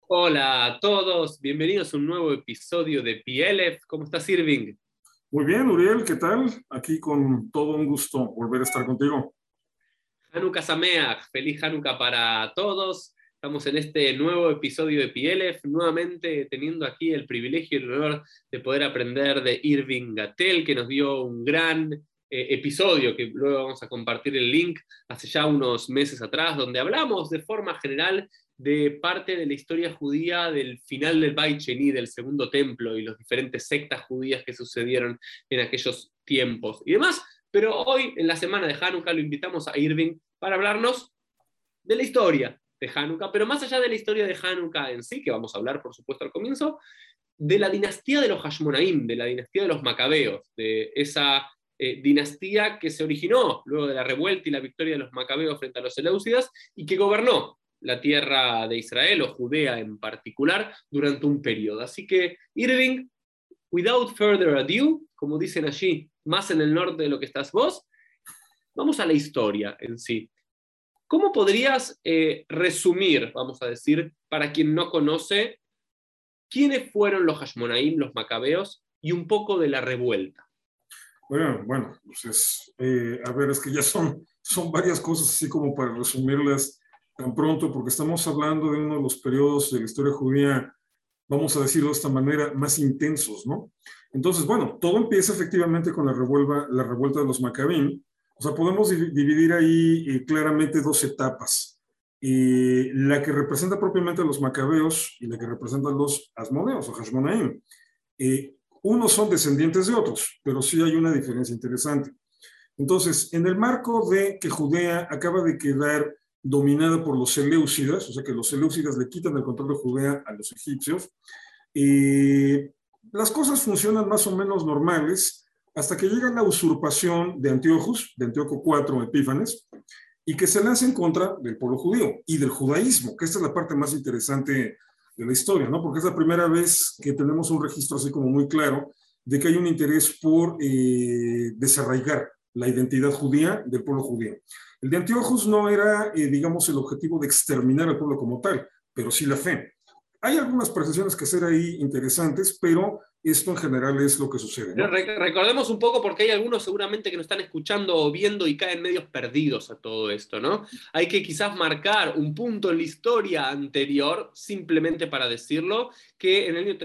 Hola a todos, bienvenidos a un nuevo episodio de PLF. ¿Cómo estás, Irving? Muy bien, Uriel, ¿qué tal? Aquí con todo un gusto volver a estar contigo. Hanukkah Sameach, feliz Hanukkah para todos. Estamos en este nuevo episodio de PLF, nuevamente teniendo aquí el privilegio y el honor de poder aprender de Irving Gattel, que nos dio un gran episodio, que luego vamos a compartir el link, hace ya unos meses atrás, donde hablamos de forma general de parte de la historia judía del final del Beit Sheni, del Segundo Templo, y las diferentes sectas judías que sucedieron en aquellos tiempos y demás. Pero hoy, en la semana de Hanukkah, lo invitamos a Irving para hablarnos de la historia de Hanukkah, pero más allá de la historia de Hanukkah en sí, que vamos a hablar, por supuesto, al comienzo, de la dinastía de los Hashmonaim, de la dinastía de los Macabeos, de esa dinastía que se originó luego de la revuelta y la victoria de los Macabeos frente a los Seleucidas y que gobernó la tierra de Israel, o Judea en particular, durante un periodo. Así que, Irving, without further ado, como dicen allí, más en el norte de lo que estás vos, vamos a la historia en sí. ¿Cómo podrías resumir, vamos a decir, para quien no conoce, quiénes fueron los Hashmonaim, los Macabeos, y un poco de la revuelta? Bueno, pues a ver, es que ya son varias cosas así como para resumirlas tan pronto, porque estamos hablando de uno de los periodos de la historia judía, vamos a decirlo de esta manera, más intensos, ¿no? Entonces, bueno, todo empieza efectivamente con la revuelta de los Maccabim. O sea, podemos dividir ahí claramente dos etapas. La que representa propiamente a los Macabeos y la que representa a los Asmoneos o Hashmonaim. Unos son descendientes de otros, pero sí hay una diferencia interesante. Entonces, en el marco de que Judea acaba de quedar dominada por los Seleucidas, o sea que los Seleucidas le quitan el control de Judea a los egipcios, las cosas funcionan más o menos normales hasta que llega la usurpación de Antíoco IV Epífanes, y que se lanza en contra del pueblo judío y del judaísmo, que esta es la parte más interesante de la historia, ¿no? Porque es la primera vez que tenemos un registro así como muy claro de que hay un interés por desarraigar la identidad judía del pueblo judío. El de Antíoco no era, digamos, el objetivo de exterminar al pueblo como tal, pero sí la fe. Hay algunas precisiones que hacer ahí interesantes, pero esto en general es lo que sucede, Pero ¿no? recordemos un poco, porque hay algunos seguramente que nos están escuchando o viendo y caen medios perdidos a todo esto, ¿no? Hay que quizás marcar un punto en la historia anterior, simplemente para decirlo, que en el año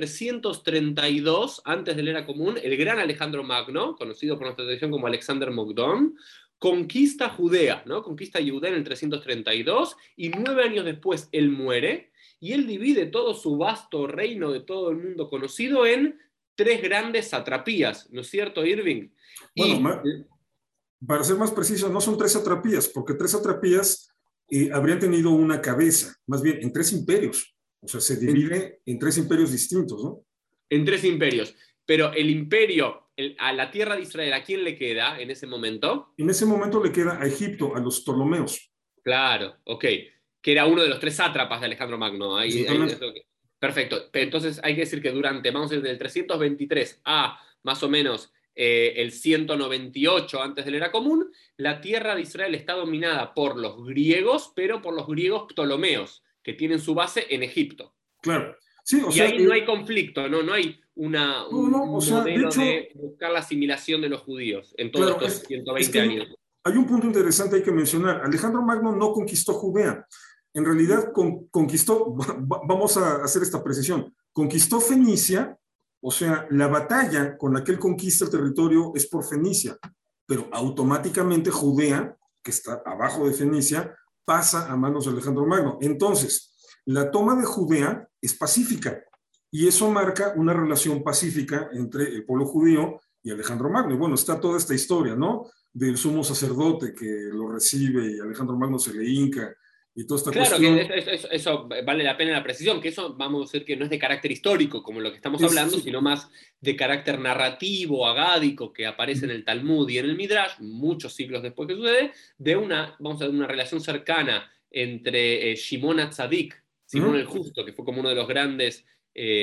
332, antes de la era común, el gran Alejandro Magno, conocido por nuestra tradición como Alexander Mokdom, conquista Judea, ¿no? Conquista Judea en el 332 y 9 años después él muere y él divide todo su vasto reino de todo el mundo conocido en tres grandes satrapías, ¿no es cierto, Irving? Bueno, Y para ser más preciso, no son tres satrapías, porque tres satrapías habrían tenido una cabeza, más bien en tres imperios. O sea, se en, divide en tres imperios distintos, ¿no? en tres imperios. Pero el imperio, a la tierra de Israel, ¿a quién le queda en ese momento? En ese momento le queda a Egipto, a los Ptolomeos. Claro, ok. Que era uno de los tres sátrapas de Alejandro Magno. Exactamente. Perfecto. Entonces hay que decir que durante, vamos a decir, del 323 a más o menos el 198 antes de la era común, la tierra de Israel está dominada por los griegos, pero por los griegos ptolomeos, que tienen su base en Egipto. Claro. Sí, o Y sea, ahí no hay conflicto, ¿no? No hay no, no, o un sea, de modelo hecho, de buscar la asimilación de los judíos en todos claro, estos es 120 que años. hay un punto interesante hay que mencionar. Alejandro Magno no conquistó Judea. En realidad conquistó, vamos a hacer esta precisión, conquistó Fenicia, o sea, la batalla con la que él conquista el territorio es por Fenicia, pero automáticamente Judea, que está abajo de Fenicia, pasa a manos de Alejandro Magno. Entonces, la toma de Judea es pacífica y eso marca una relación pacífica entre el pueblo judío y Alejandro Magno. Y bueno, está toda esta historia, ¿no? Del sumo sacerdote que lo recibe y Alejandro Magno se le hinca y toda esta Claro que cuestión. eso vale la pena la precisión, que eso vamos a decir que no es de carácter histórico, como lo que estamos hablando, Sí. sino más de carácter narrativo, agádico, que aparece en el Talmud y en el Midrash, muchos siglos después que sucede, de una, vamos a ver, una relación cercana entre Shimon HaTzadik, Simón Uh-huh. el Justo, que fue como uno de los grandes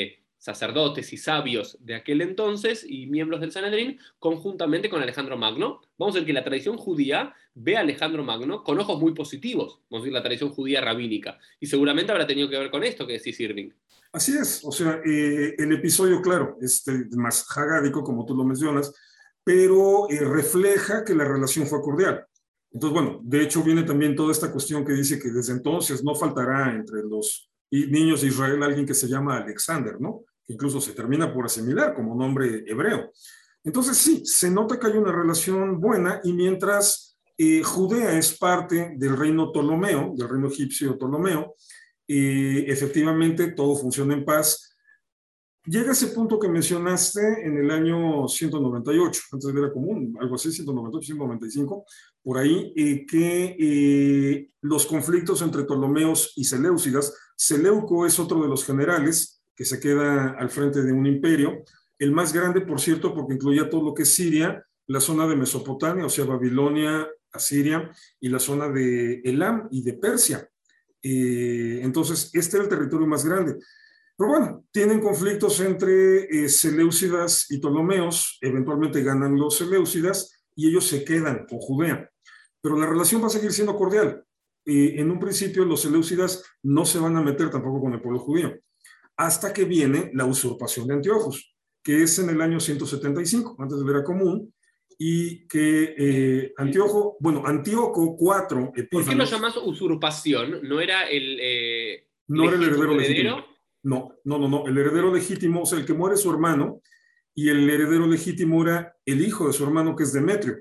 sacerdotes y sabios de aquel entonces y miembros del Sanedrín, conjuntamente con Alejandro Magno. Vamos a ver que la tradición judía ve a Alejandro Magno con ojos muy positivos, vamos a decir la tradición judía rabínica, y seguramente habrá tenido que ver con esto que decís, Irving. Así es, o sea, el episodio, claro, más hagádico, como tú lo mencionas, pero refleja que la relación fue cordial. Entonces, bueno, de hecho viene también toda esta cuestión que dice que desde entonces no faltará entre los niños de Israel alguien que se llama Alexander, ¿no? Que incluso se termina por asimilar como nombre hebreo. Entonces, sí, se nota que hay una relación buena y mientras Judea es parte del reino Ptolomeo, del reino egipcio Ptolomeo, efectivamente todo funciona en paz. Llega ese punto que mencionaste en el año 198, antes era común, algo así, 198, 195, por ahí, que los conflictos entre Ptolomeos y Seleucidas, Seleuco es otro de los generales que se queda al frente de un imperio, el más grande, por cierto, porque incluía todo lo que es Siria, la zona de Mesopotamia, o sea, Babilonia, Asiria, y la zona de Elam y de Persia. Entonces, este era el territorio más grande. Pero bueno, tienen conflictos entre Seleucidas y Ptolomeos, eventualmente ganan los Seleucidas y ellos se quedan con Judea. Pero la relación va a seguir siendo cordial. En un principio los Seleucidas no se van a meter tampoco con el pueblo judío, hasta que viene la usurpación de Antíoco, que es en el año 175, antes de la era común, y que Antíoco IV Epífanes... ¿Por qué lo llamas usurpación? ¿No era no era el heredero legítimo? No. El heredero legítimo, o sea, el que muere su hermano, y el heredero legítimo era el hijo de su hermano, que es Demetrio.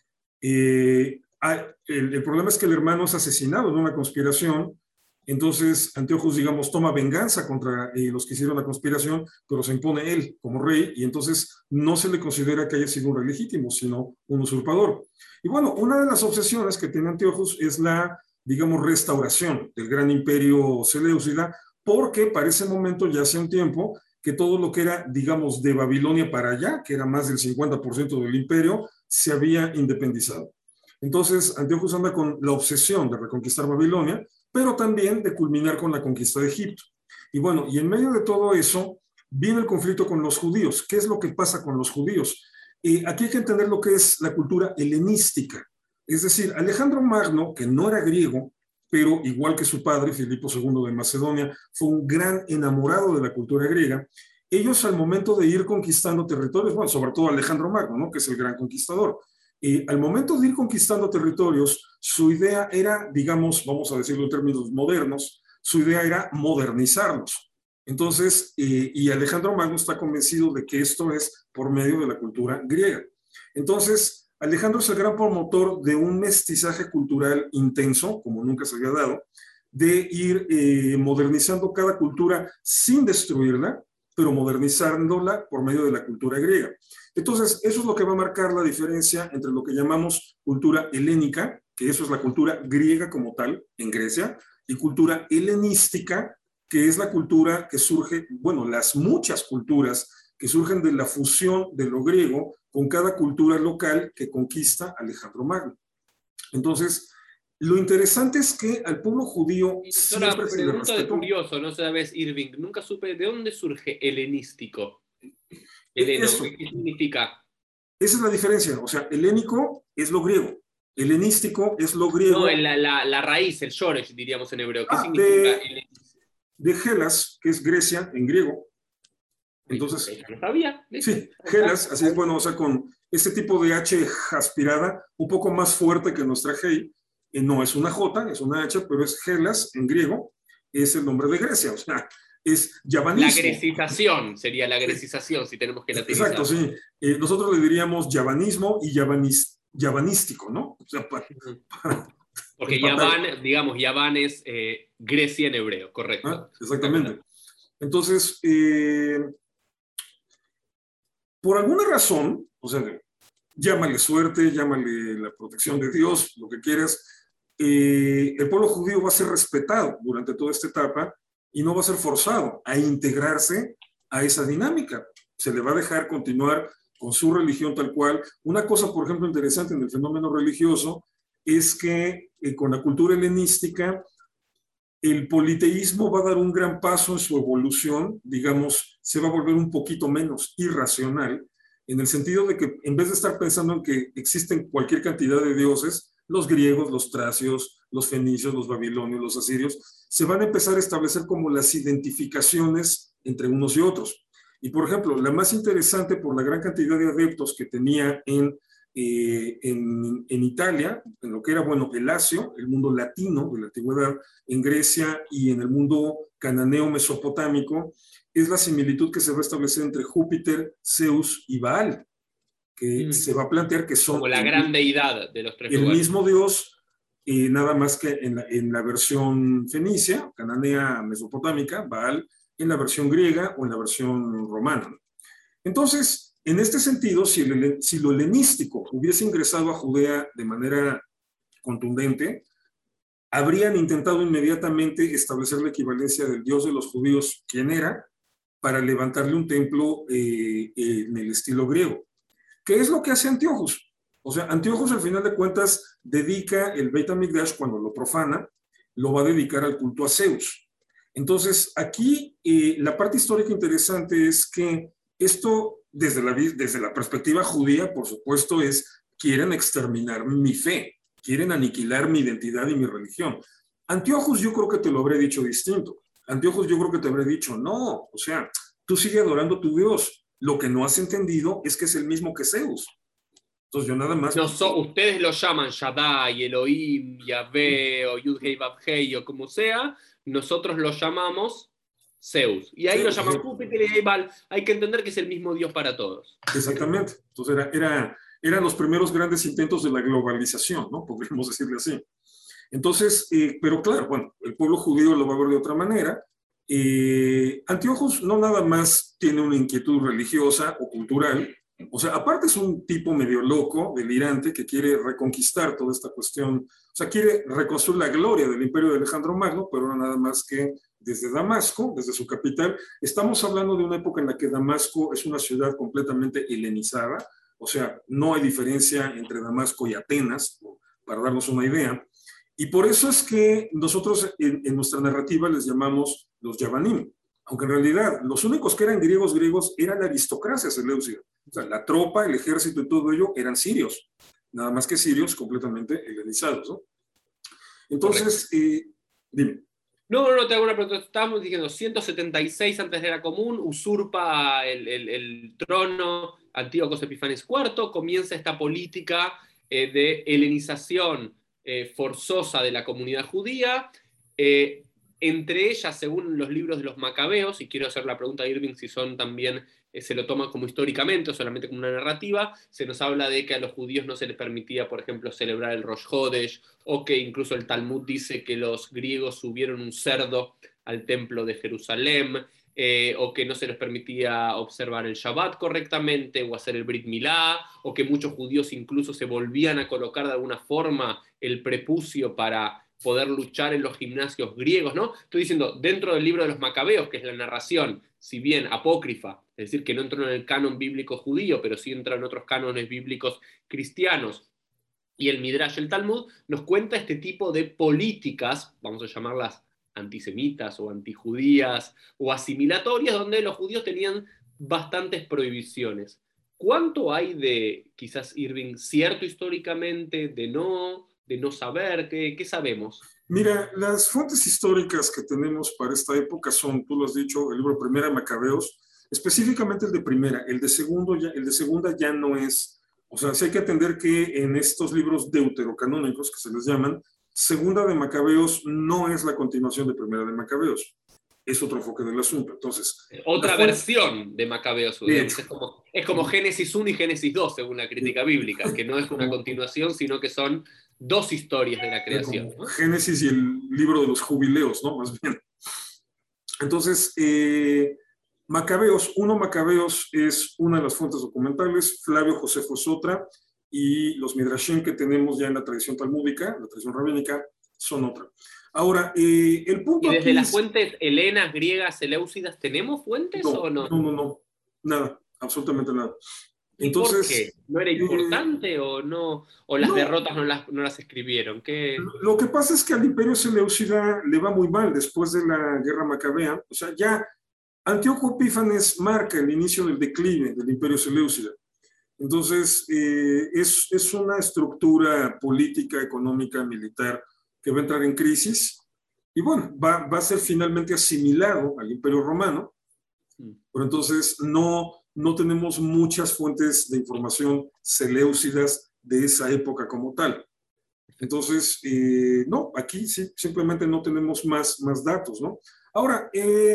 El problema es que el hermano es asesinado en una conspiración, entonces Antíoco, digamos, toma venganza contra los que hicieron la conspiración, pero se impone él como rey, y entonces no se le considera que haya sido un rey legítimo, sino un usurpador. Y bueno, una de las obsesiones que tiene Antíoco es la, digamos, restauración del gran imperio seleucida, porque para ese momento, ya hace un tiempo, que todo lo que era, digamos, de Babilonia para allá, que era más del 50% del imperio, se había independizado. Entonces, Antíoco anda con la obsesión de reconquistar Babilonia, pero también de culminar con la conquista de Egipto. Y bueno, y en medio de todo eso, viene el conflicto con los judíos. ¿Qué es lo que pasa con los judíos? Aquí hay que entender lo que es la cultura helenística. Es decir, Alejandro Magno, que no era griego, pero igual que su padre, Filipo II de Macedonia, fue un gran enamorado de la cultura griega. Ellos al momento de ir conquistando territorios, bueno, sobre todo Alejandro Magno, ¿no?, que es el gran conquistador, al momento de ir conquistando territorios, su idea era, digamos, vamos a decirlo en términos modernos, su idea era modernizarlos. Entonces, y Alejandro Magno está convencido de que esto es por medio de la cultura griega. Entonces, Alejandro es el gran promotor de un mestizaje cultural intenso, como nunca se había dado, de ir modernizando cada cultura sin destruirla, pero modernizándola por medio de la cultura griega. Entonces, eso es lo que va a marcar la diferencia entre lo que llamamos cultura helénica, que eso es la cultura griega como tal, en Grecia, y cultura helenística, que es la cultura que surge, bueno, las muchas culturas que surgen de la fusión de lo griego con cada cultura local que conquista Alejandro Magno. Entonces, lo interesante es que al pueblo judío siempre se le respetó. De curioso, no sabes, Irving, nunca supe de dónde surge helenístico. Heleno, ¿qué significa? Esa es la diferencia, o sea, helénico es lo griego, helenístico es lo griego. No, la raíz, el shoresh, diríamos en hebreo. ¿Qué significa de Hellas, que es Grecia en griego. Entonces, no sabía. Sí, Hellas, así es, bueno, o sea, con ese tipo de H aspirada, un poco más fuerte que nuestra G, no es una J, es una H, pero es Hellas en griego, es el nombre de Grecia, o sea, es yavanismo. La grecización, sería la grecización, si tenemos que latinizar. Exacto, sí. Nosotros le diríamos yavanismo y yavanístico, ¿no? O sea, porque Yaván, digamos, Yaván es Grecia en hebreo, correcto. Exactamente. Entonces, por alguna razón, o sea, llámale suerte, llámale la protección de Dios, lo que quieras, el pueblo judío va a ser respetado durante toda esta etapa y no va a ser forzado a integrarse a esa dinámica. Se le va a dejar continuar con su religión tal cual. Una cosa, por ejemplo, interesante en el fenómeno religioso es que con la cultura helenística, el politeísmo va a dar un gran paso en su evolución, digamos, se va a volver un poquito menos irracional, en el sentido de que en vez de estar pensando en que existen cualquier cantidad de dioses, los griegos, los tracios, los fenicios, los babilonios, los asirios, se van a empezar a establecer como las identificaciones entre unos y otros. Y por ejemplo, la más interesante por la gran cantidad de adeptos que tenía en Italia, en lo que era, bueno, el Lacio, el mundo latino de la antigüedad, en Grecia y en el mundo cananeo mesopotámico, es la similitud que se va a establecer entre Júpiter, Zeus y Baal, que se va a plantear que son como la gran deidad de los tres el lugares. mismo dios, nada más que en la versión fenicia, cananea mesopotámica, Baal, en la versión griega o en la versión romana. Entonces, en este sentido, si lo helenístico hubiese ingresado a Judea de manera contundente, habrían intentado inmediatamente establecer la equivalencia del dios de los judíos, quién era, para levantarle un templo en el estilo griego. ¿Qué es lo que hace Antíochos? O sea, Antíochos al final de cuentas dedica el Beit HaMikdash, cuando lo profana, lo va a dedicar al culto a Zeus. Entonces, aquí la parte histórica interesante es que esto, desde la perspectiva judía, por supuesto, quieren exterminar mi fe, quieren aniquilar mi identidad y mi religión. Antíochos yo creo que te lo habré dicho distinto. Antíochos yo creo que te habré dicho, no, o sea, tú sigue adorando a tu Dios. Lo que no has entendido es que es el mismo que Zeus. Entonces yo nada más... No, ustedes lo llaman Shaddai, Elohim, Yahvé, o Yud-Hei, Vav-Hei, o como sea, nosotros lo llamamos Zeus. Y ahí Zeus, lo llaman Júpiter y Baal. Hay que entender que es el mismo Dios para todos. Exactamente. Entonces eran los primeros grandes intentos de la globalización, ¿no? Podríamos decirle así. Entonces, pero claro, bueno, el pueblo judío lo va a ver de otra manera. Antíochos no nada más tiene una inquietud religiosa o cultural, o sea, aparte es un tipo medio loco, delirante, que quiere reconquistar toda esta cuestión, o sea, quiere reconstruir la gloria del imperio de Alejandro Magno, pero no nada más que desde Damasco, desde su capital. Estamos hablando de una época en la que Damasco es una ciudad completamente helenizada, o sea, no hay diferencia entre Damasco y Atenas, para darnos una idea. Y por eso es que nosotros en nuestra narrativa les llamamos los Yavanim, aunque en realidad los únicos que eran griegos eran la aristocracia seleucida. O sea, la tropa, el ejército y todo ello eran sirios, nada más que sirios completamente helenizados, ¿no? Entonces, dime. No, te hago una pregunta. Estábamos diciendo 176 antes de la común, usurpa el trono Antíoco Epifanes IV, comienza esta política de helenización forzosa de la comunidad judía, entre ellas, según los libros de los macabeos, y quiero hacer la pregunta a Irving si son también, se lo toman como históricamente o solamente como una narrativa, se nos habla de que a los judíos no se les permitía, por ejemplo, celebrar el Rosh Hodesh, o que incluso el Talmud dice que los griegos subieron un cerdo al templo de Jerusalén, o que no se les permitía observar el Shabbat correctamente, o hacer el Brit Milá, o que muchos judíos incluso se volvían a colocar de alguna forma el prepucio para poder luchar en los gimnasios griegos, ¿no? Estoy diciendo, dentro del libro de los Macabeos, que es la narración, si bien apócrifa, es decir, que no entró en el canon bíblico judío, pero sí entra en otros cánones bíblicos cristianos, y el Midrash, el Talmud, nos cuenta este tipo de políticas, vamos a llamarlas antisemitas o antijudías o asimilatorias, donde los judíos tenían bastantes prohibiciones. ¿Cuánto hay de, quizás, Irving, cierto históricamente, de no saber? ¿Qué sabemos? Mira, las fuentes históricas que tenemos para esta época son, tú lo has dicho, el libro Primera de Macabeos, específicamente el de Primera. El de Segunda ya no es. O sea, sí hay que entender que en estos libros deuterocanónicos, que se les llaman, Segunda de Macabeos no es la continuación de Primera de Macabeos. Es otro enfoque del asunto. Entonces, otra versión de Macabeos, digamos. Es como Génesis 1 y Génesis 2, según la crítica bíblica, que no es una continuación, sino que son dos historias de la creación, ¿no? Génesis y el libro de los jubileos, ¿no? Más bien. Entonces, Macabeos es una de las fuentes documentales, Flavio Josefo es otra, y los Midrashim que tenemos ya en la tradición talmúdica, la tradición rabínica, son otra. Ahora, el punto ¿Y desde aquí las fuentes helenas, griegas, seleucidas, tenemos fuentes o no? No, nada, absolutamente nada. ¿Y por qué? Entonces, ¿No era importante o no? ¿O las no, derrotas no las escribieron? ¿Qué? lo que pasa es que al Imperio Seleucida le va muy mal después de la Guerra Macabea. O sea, ya Antíoco Epífanes marca el inicio del declive del Imperio Seleucida. Entonces, es una estructura política, económica, militar que va a entrar en crisis y bueno, va a ser finalmente asimilado al Imperio Romano, pero entonces no tenemos muchas fuentes de información seleucidas de esa época como tal. Entonces, no, aquí sí, simplemente no tenemos más datos, ¿no? Ahora,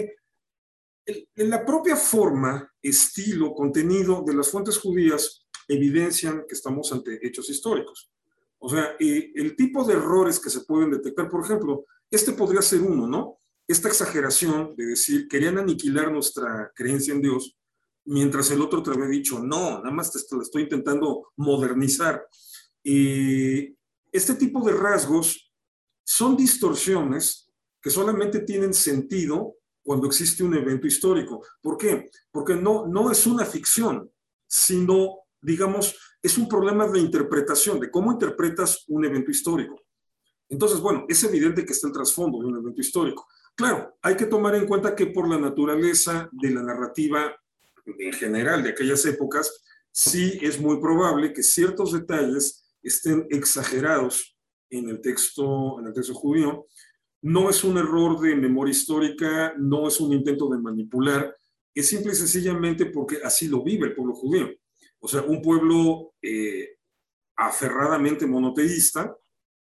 en la propia forma, estilo, contenido de las fuentes judías evidencian que estamos ante hechos históricos. O sea, el tipo de errores que se pueden detectar, por ejemplo, este podría ser uno, ¿no? Esta exageración de decir, querían aniquilar nuestra creencia en Dios, mientras el otro te había dicho, no, nada más te lo estoy intentando modernizar. Este tipo de rasgos son distorsiones que solamente tienen sentido cuando existe un evento histórico. ¿Por qué? Porque no es una ficción, sino, digamos, es un problema de interpretación, de cómo interpretas un evento histórico. Entonces, bueno, es evidente que está el trasfondo de un evento histórico. Claro, hay que tomar en cuenta que por la naturaleza de la narrativa en general de aquellas épocas, sí es muy probable que ciertos detalles estén exagerados en el texto judío. No es un error de memoria histórica, no es un intento de manipular, es simple y sencillamente porque así lo vive el pueblo judío. O sea, un pueblo aferradamente monoteísta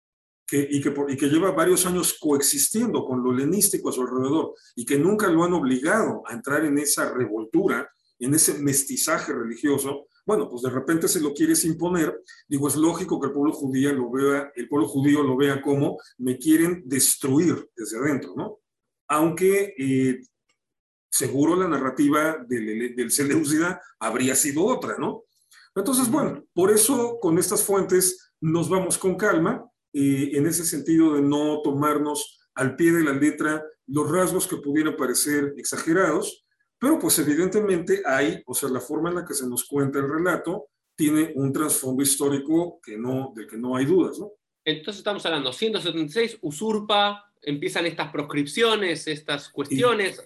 y que lleva varios años coexistiendo con lo helenístico a su alrededor y que nunca lo han obligado a entrar en esa revoltura, en ese mestizaje religioso. Bueno, pues de repente se lo quieres imponer. Digo, es lógico que el pueblo judío lo vea como me quieren destruir desde adentro, ¿no? Aunque seguro la narrativa del Seleucida habría sido otra, ¿no? Entonces, bueno, por eso con estas fuentes nos vamos con calma, en ese sentido de no tomarnos al pie de la letra los rasgos que pudieran parecer exagerados, pero pues evidentemente hay, o sea, la forma en la que se nos cuenta el relato tiene un trasfondo histórico del que no hay dudas, ¿no? Entonces estamos hablando, 176 usurpa, empiezan estas proscripciones, estas Y cuestiones.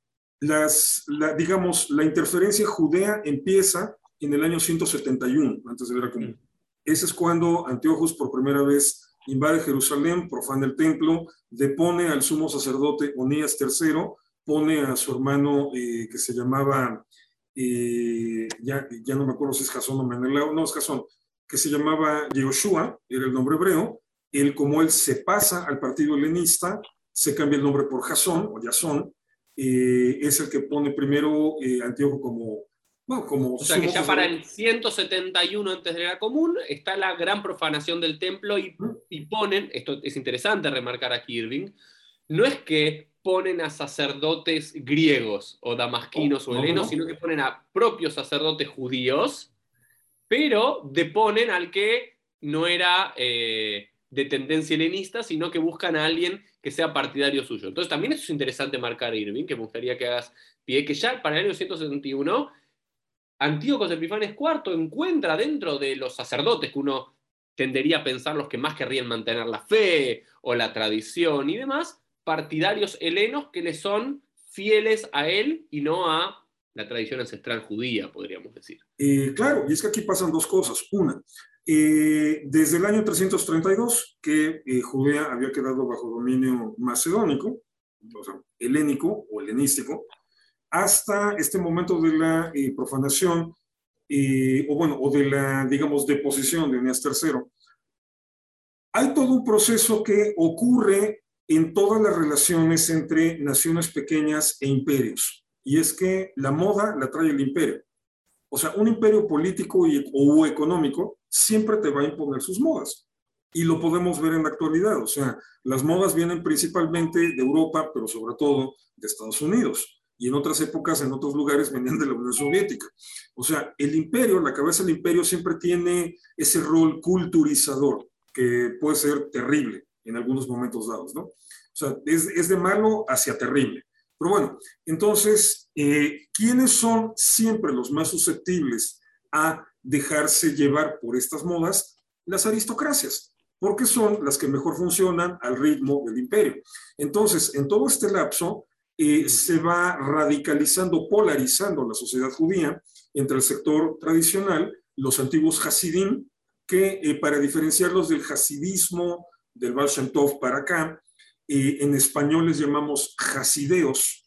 digamos, la interferencia judea empieza en el año 171, antes de la Era Común. Ese es cuando Antíoco por primera vez invade Jerusalén, profana el templo, depone al sumo sacerdote Onías III, pone a su hermano que se llamaba, ya no me acuerdo si es Jasón o Menelao, no es Jasón, que se llamaba Yehoshua, era el nombre hebreo. Como él se pasa al partido helenista, se cambia el nombre por Jasón o Yasón, es el que pone primero Antíoco como O sea que sumo ya para sacerdote. el 171 antes de la Era Común está la gran profanación del templo y ponen, esto es interesante remarcar aquí Irving, no es que ponen a sacerdotes griegos o No, damasquinos o no, no, helenos, no. sino que ponen a propios sacerdotes judíos, pero deponen al que no era de tendencia helenista, sino que buscan a alguien que sea partidario suyo. Entonces también eso es interesante marcar, Irving, que me gustaría que hagas pie, que ya para el año 171 Antíoco Epifanes IV encuentra dentro de los sacerdotes, que uno tendería a pensar los que más querrían mantener la fe o la tradición y demás, partidarios helenos que le son fieles a él y no a la tradición ancestral judía, podríamos decir. Claro, y es que aquí pasan dos cosas. Una, desde el año 332, que Judea había quedado bajo dominio macedónico, o sea, helénico o helenístico, hasta este momento de la profanación, o de la, digamos, deposición de Eneas III, hay todo un proceso que ocurre en todas las relaciones entre naciones pequeñas e imperios. Y es que la moda la trae el imperio. O sea, un imperio político o económico siempre te va a imponer sus modas. Y lo podemos ver en la actualidad. O sea, las modas vienen principalmente de Europa, pero sobre todo de Estados Unidos. Y en otras épocas, en otros lugares, venían de la Unión Soviética. O sea, el imperio, la cabeza del imperio siempre tiene ese rol culturizador que puede ser terrible en algunos momentos dados, ¿no? O sea, es de malo hacia terrible. Pero bueno, entonces, ¿quiénes son siempre los más susceptibles a dejarse llevar por estas modas las aristocracias, porque son las que mejor funcionan al ritmo del imperio. Entonces, en todo este lapso, se va radicalizando, polarizando la sociedad judía entre el sector tradicional, los antiguos hasidim, que para diferenciarlos del hasidismo, del Baal Shem Tov para acá, en español les llamamos hasideos,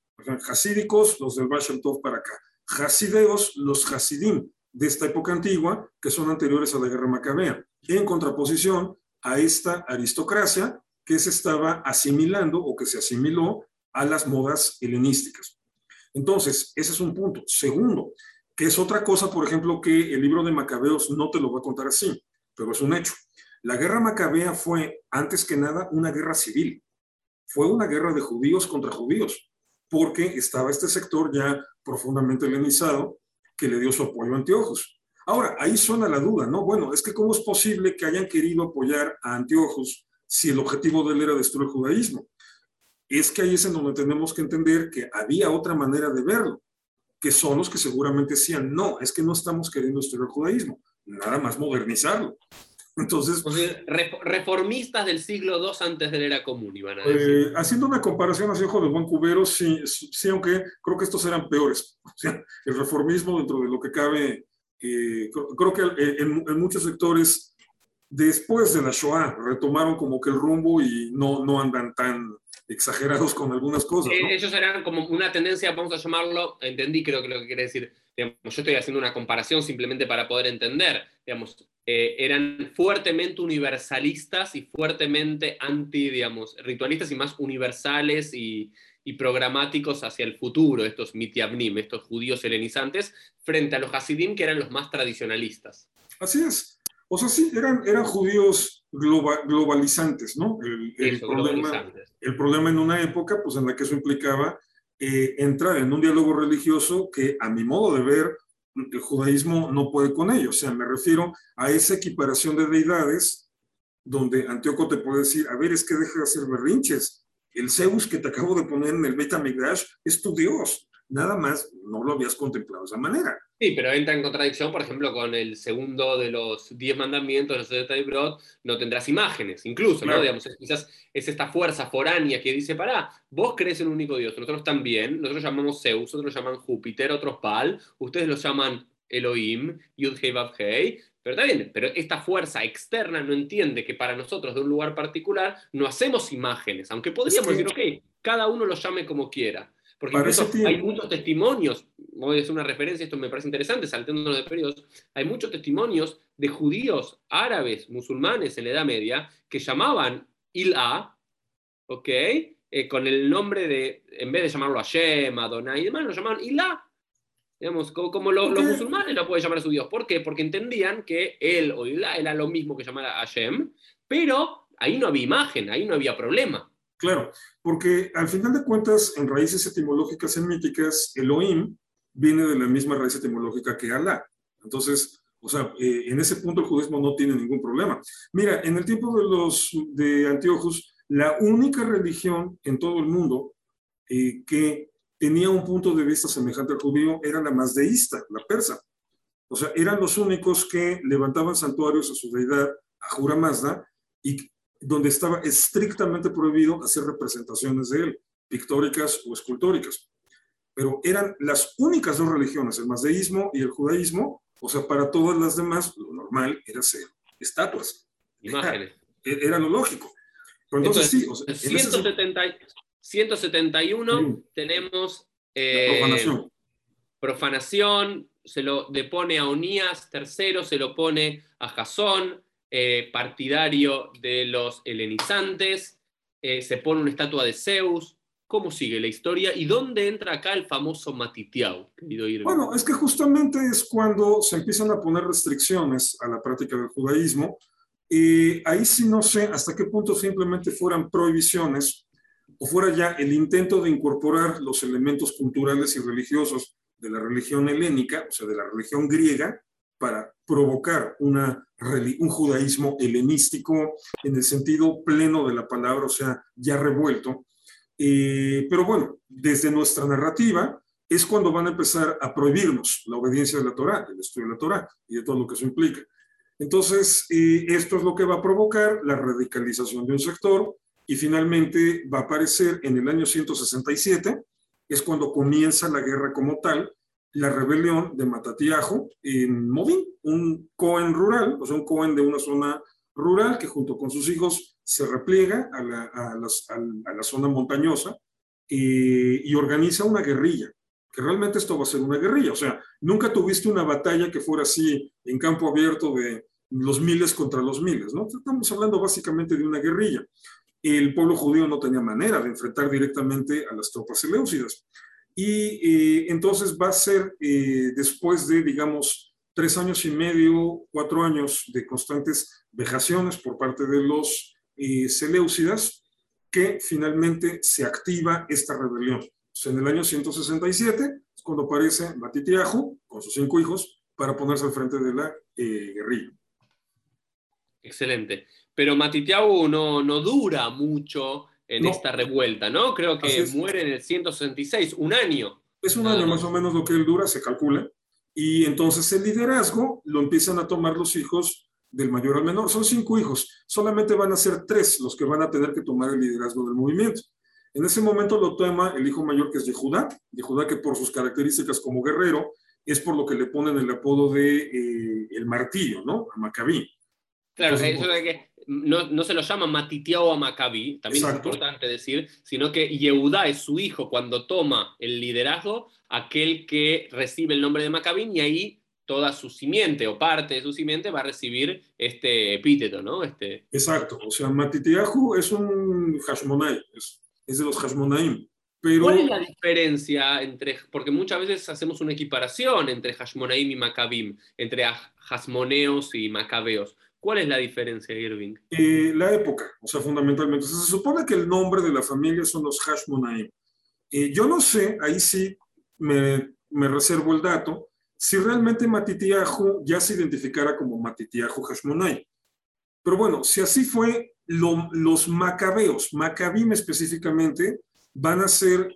hasídicos, los del Baal Shem Tov para acá, hasideos, los hasidim de esta época antigua, que son anteriores a la guerra macabea, en contraposición a esta aristocracia que se estaba asimilando o que se asimiló a las modas helenísticas. Entonces, ese es un punto. Segundo, que es otra cosa, por ejemplo, que el libro de Macabeos no te lo va a contar así, pero es un hecho. La guerra macabea fue, antes que nada, una guerra civil. Fue una guerra de judíos contra judíos, porque estaba este sector ya profundamente helenizado que le dio su apoyo a Antíochos. Ahora, ahí suena la duda, ¿no? Bueno, es que ¿cómo es posible que hayan querido apoyar a Antíochos si el objetivo de él era destruir el judaísmo? Es que ahí es en donde tenemos que entender que había otra manera de verlo, que son los que seguramente decían, no, es que no estamos queriendo destruir el judaísmo, nada más modernizarlo. Entonces, o sea, reformistas del siglo II antes de la era común, iban a decir. Haciendo una comparación así, ojo de buen cubero, sí, sí, aunque creo que estos eran peores. O sea, el reformismo dentro de lo que cabe, creo que en muchos sectores, después de la Shoah, retomaron como que el rumbo y no andan tan exagerados con algunas cosas, ¿no? Ellos eran como una tendencia, vamos a llamarlo, entendí creo que lo que quiere decir, digamos, yo estoy haciendo una comparación simplemente para poder entender, digamos, eran fuertemente universalistas y fuertemente digamos, ritualistas y más universales y programáticos hacia el futuro, estos mitiavnim, estos judíos helenizantes, frente a los hasidim, que eran los más tradicionalistas. Así es. O sea, sí, eran judíos globalizantes, ¿no? El problema en una época, pues en la que eso implicaba entrar en un diálogo religioso que, a mi modo de ver, el judaísmo no puede con ello. O sea, me refiero a esa equiparación de deidades donde Antíoco te puede decir, a ver, es que deja de hacer berrinches. El Zeus que te acabo de poner en el Beit HaMikdash es tu Dios. Nada más no lo habías contemplado de esa manera. Sí, pero entra en contradicción, por ejemplo, con el segundo de los 10 mandamientos, los de Brot, no tendrás imágenes, incluso, claro. ¿No? Digamos, quizás es esta fuerza foránea que dice, pará, vos crees en un único Dios, nosotros también, nosotros llamamos Zeus, otros lo llaman Júpiter, otros Baal, ustedes lo llaman Elohim, Yud-Hei Vav-Hei, pero está bien, pero esta fuerza externa no entiende que para nosotros de un lugar particular no hacemos imágenes, aunque podríamos decir, ok, cada uno lo llame como quiera. Porque incluso hay muchos testimonios, voy a hacer una referencia, esto me parece interesante, saltándonos de periodos, hay muchos testimonios de judíos, árabes, musulmanes en la Edad Media, que llamaban Ilá, ¿ok? Con el nombre de, en vez de llamarlo Hashem, Adonai y demás, lo llamaban Ilá. Digamos, como los musulmanes lo pueden llamar a su Dios. ¿Por qué? Porque entendían que él o Ilá era lo mismo que llamar a Hashem, pero ahí no había imagen, ahí no había problema. Claro, porque al final de cuentas, en raíces etimológicas semíticas, Elohim viene de la misma raíz etimológica que Alá. Entonces, o sea, en ese punto el judaísmo no tiene ningún problema. Mira, en el tiempo de Antíochos, la única religión en todo el mundo que tenía un punto de vista semejante al judío era la mazdeísta, la persa. O sea, eran los únicos que levantaban santuarios a su deidad, Ahura Mazda, y donde estaba estrictamente prohibido hacer representaciones de él, pictóricas o escultóricas. Pero eran las únicas dos religiones, el mazdeísmo y el judaísmo. O sea, para todas las demás, lo normal era hacer estatuas. Imágenes. Era lo lógico. Pero entonces sí. O sea, 171 tenemos profanación. Profanación, se lo depone a Onías III, se lo pone a Jasón, partidario de los helenizantes, se pone una estatua de Zeus. ¿Cómo sigue la historia? ¿Y dónde entra acá el famoso Matitiao, querido Irving? Bueno, es que justamente es cuando se empiezan a poner restricciones a la práctica del judaísmo. Ahí sí no sé hasta qué punto simplemente fueran prohibiciones o fuera ya el intento de incorporar los elementos culturales y religiosos de la religión helénica, o sea, de la religión griega, para provocar un judaísmo helenístico en el sentido pleno de la palabra, o sea, ya revuelto. Pero bueno, desde nuestra narrativa, es cuando van a empezar a prohibirnos la obediencia de la Torá, el estudio de la Torá y de todo lo que eso implica. Entonces, esto es lo que va a provocar la radicalización de un sector y finalmente va a aparecer en el año 167, es cuando comienza la guerra como tal, la rebelión de Matatiajo en Modín, un Cohen rural, o sea, un Cohen de una zona rural que junto con sus hijos se repliega a la zona montañosa y organiza una guerrilla, que realmente esto va a ser una guerrilla. O sea, nunca tuviste una batalla que fuera así en campo abierto de los miles contra los miles, ¿no? Estamos hablando básicamente de una guerrilla. El pueblo judío no tenía manera de enfrentar directamente a las tropas seleucidas. Y entonces va a ser después de, digamos, 3 años y medio, 4 años de constantes vejaciones por parte de los seleucidas, que finalmente se activa esta rebelión. Entonces, en el año 167 es cuando aparece Matitiahu con sus 5 hijos para ponerse al frente de la guerrilla. Excelente. Pero Matitiahu no dura mucho en esta revuelta, ¿no? Creo que muere en el 166, un año. Es un año más o menos lo que él dura, se calcula. Y entonces el liderazgo lo empiezan a tomar los hijos del mayor al menor. Son 5 hijos. Solamente van a ser 3 los que van a tener que tomar el liderazgo del movimiento. En ese momento lo toma el hijo mayor, que es Yehudá. Yehudá, que por sus características como guerrero, es por lo que le ponen el apodo de el martillo, ¿no? A Macabí. Claro, entonces, eso de que no se lo llama Matitiahu a Macabí, también exacto. Es importante decir, sino que Yehudá es su hijo cuando toma el liderazgo, aquel que recibe el nombre de Macabí, y ahí toda su simiente o parte de su simiente va a recibir este epíteto, ¿no? Exacto, o sea, Matitiahu es un Hashmonai, es de los Hashmonaim. Pero... ¿Cuál es la diferencia entre, porque muchas veces hacemos una equiparación entre Hashmonaim y Macabim, entre Hasmoneos y Macabeos? ¿Cuál es la diferencia, Irving? La época, o sea, fundamentalmente. O sea, se supone que el nombre de la familia son los Hashmonaim. Yo no sé, ahí sí me reservo el dato, si realmente Matitiahu ya se identificara como Matitiahu Hashmonaim. Pero bueno, si así fue, los Macabeos, Macabim específicamente, van a ser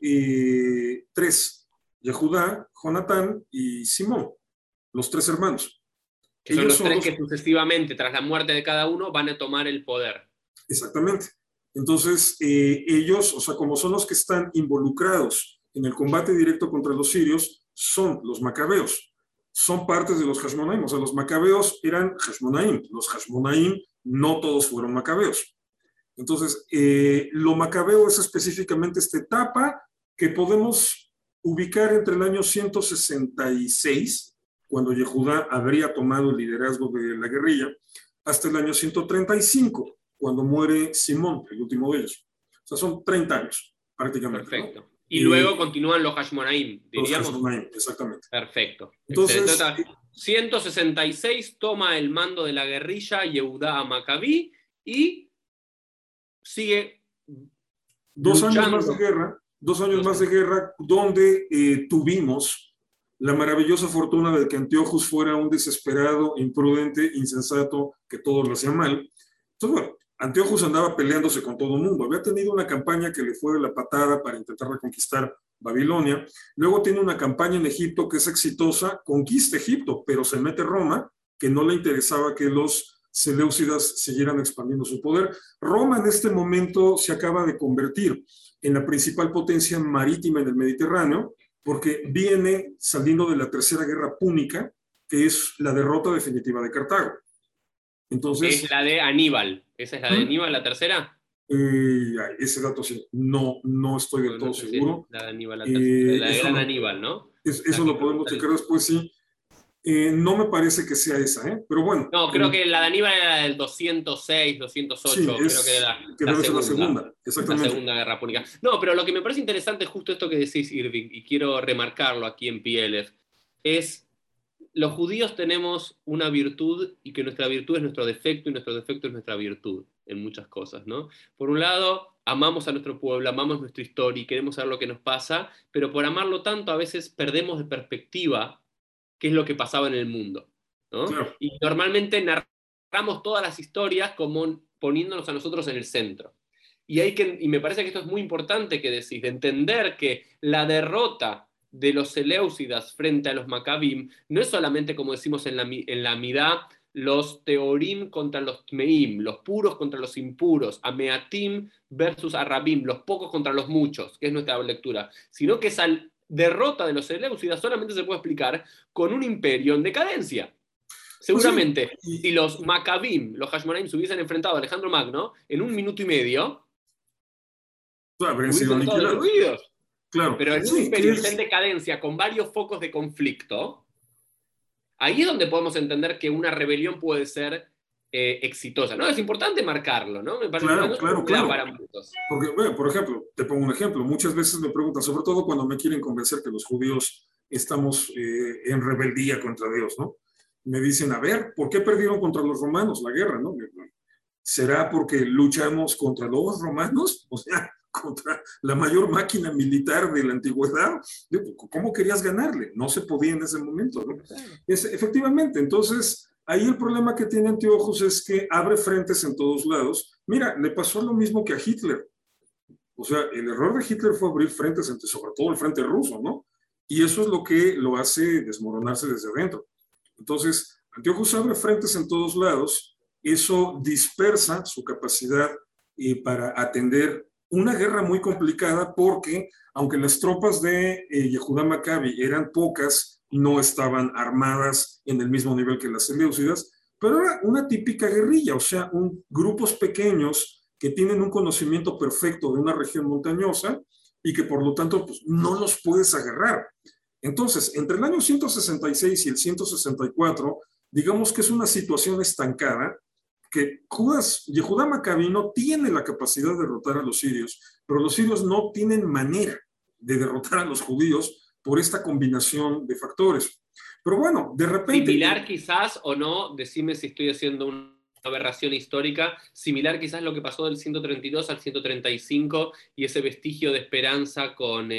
3, Yehudá, Jonatán y Simón, los 3 hermanos. Que son los 3 que sucesivamente, tras la muerte de cada uno, van a tomar el poder. Exactamente. Entonces, ellos, o sea, como son los que están involucrados en el combate directo contra los sirios, son los macabeos. Son partes de los Hashmonaim. O sea, los macabeos eran Hashmonaim. Los Hashmonaim no todos fueron macabeos. Entonces, lo macabeo es específicamente esta etapa que podemos ubicar entre el año 166, cuando Yehudá habría tomado el liderazgo de la guerrilla, hasta el año 135, cuando muere Simón, el último de ellos. O sea, son 30 años, prácticamente. Perfecto. ¿No? Y luego continúan los Hashmonaim, diríamos. Los Hashmonaim, exactamente. Perfecto. Entonces, 166 toma el mando de la guerrilla Yehudá a Macabí y sigue 2 años más de guerra, 2 años más de guerra, donde tuvimos la maravillosa fortuna de que Antíochus fuera un desesperado, imprudente, insensato, que todo lo hacía mal. Entonces, bueno, Antíochus andaba peleándose con todo el mundo. Había tenido una campaña que le fue de la patada para intentar reconquistar Babilonia. Luego tiene una campaña en Egipto que es exitosa, conquista Egipto, pero se mete Roma, que no le interesaba que los seleucidas siguieran expandiendo su poder. Roma en este momento se acaba de convertir en la principal potencia marítima en el Mediterráneo, porque viene saliendo de la Tercera Guerra Púnica, que es la derrota definitiva de Cartago. Entonces, es la de Aníbal. ¿Esa es la de Aníbal, la tercera? Ese dato sí, no estoy del todo seguro. La de Aníbal, la tercera. La de Gran Aníbal, ¿no? Eso lo podemos checar después, sí. No me parece que sea esa, ¿eh? Pero bueno. No, creo que la de Aníbal era del 206, 208, sí, creo que era la segunda. Exactamente. La Segunda Guerra Púnica. No, pero lo que me parece interesante es justo esto que decís, Irving, y quiero remarcarlo aquí en PLF, es los judíos tenemos una virtud y que nuestra virtud es nuestro defecto y nuestro defecto es nuestra virtud en muchas cosas, ¿no? Por un lado, amamos a nuestro pueblo, amamos nuestra historia y queremos saber lo que nos pasa, pero por amarlo tanto a veces perdemos de perspectiva qué es lo que pasaba en el mundo, ¿no? Claro. Y normalmente narramos todas las historias como poniéndonos a nosotros en el centro. Y me parece que esto es muy importante que decís, de entender que la derrota de los Seleucidas frente a los Maccabim no es solamente, como decimos en la Midá, los Teorim contra los Tmeim, los puros contra los impuros, Ameatim versus Arrabim, los pocos contra los muchos, que es nuestra lectura, sino que esa derrota de los Seleucidas solamente se puede explicar con un imperio en decadencia. Seguramente, Pues sí, si los Maccabim, los Hashmonaim, se hubiesen enfrentado a Alejandro Magno en 1 minuto y medio, habrían sido hubiesen estado aniquilados. destruidos. Claro, Pero en un sí, imperio que está en decadencia, con varios focos de conflicto, ahí es donde podemos entender que una rebelión puede ser exitosa. ¿No? Es importante marcarlo, ¿no? Me parece que claro, no claro, se da claro. para muchos. Porque, bueno, por ejemplo, te pongo un ejemplo. Muchas veces me preguntan, sobre todo cuando me quieren convencer que los judíos estamos en rebeldía contra Dios, ¿no? Me dicen, a ver, ¿por qué perdieron contra los romanos la guerra, no? ¿Será porque luchamos contra los romanos? O sea, contra la mayor máquina militar de la antigüedad. ¿Cómo querías ganarle? No se podía en ese momento, ¿no? Efectivamente, entonces, ahí el problema que tiene Anteojos es que abre frentes en todos lados. Mira, le pasó lo mismo que a Hitler. O sea, el error de Hitler fue abrir frentes, sobre todo el frente ruso, ¿no? Y eso es lo que lo hace desmoronarse desde adentro. Entonces, Anteojos abre frentes en todos lados, eso dispersa su capacidad para atender una guerra muy complicada porque, aunque las tropas de Yehudá Maccabi eran pocas, no estaban armadas en el mismo nivel que las Seleucidas, pero era una típica guerrilla, o sea, grupos pequeños que tienen un conocimiento perfecto de una región montañosa y que por lo tanto pues, no los puedes agarrar. Entonces, entre el año 166 y el 164, digamos que es una situación estancada que Yehudá Maccabi no tiene la capacidad de derrotar a los sirios, pero los sirios no tienen manera de derrotar a los judíos por esta combinación de factores. Pero bueno, de repente... Similar quizás, o no, decime si estoy haciendo una aberración histórica, similar quizás lo que pasó del 132 al 135 y ese vestigio de esperanza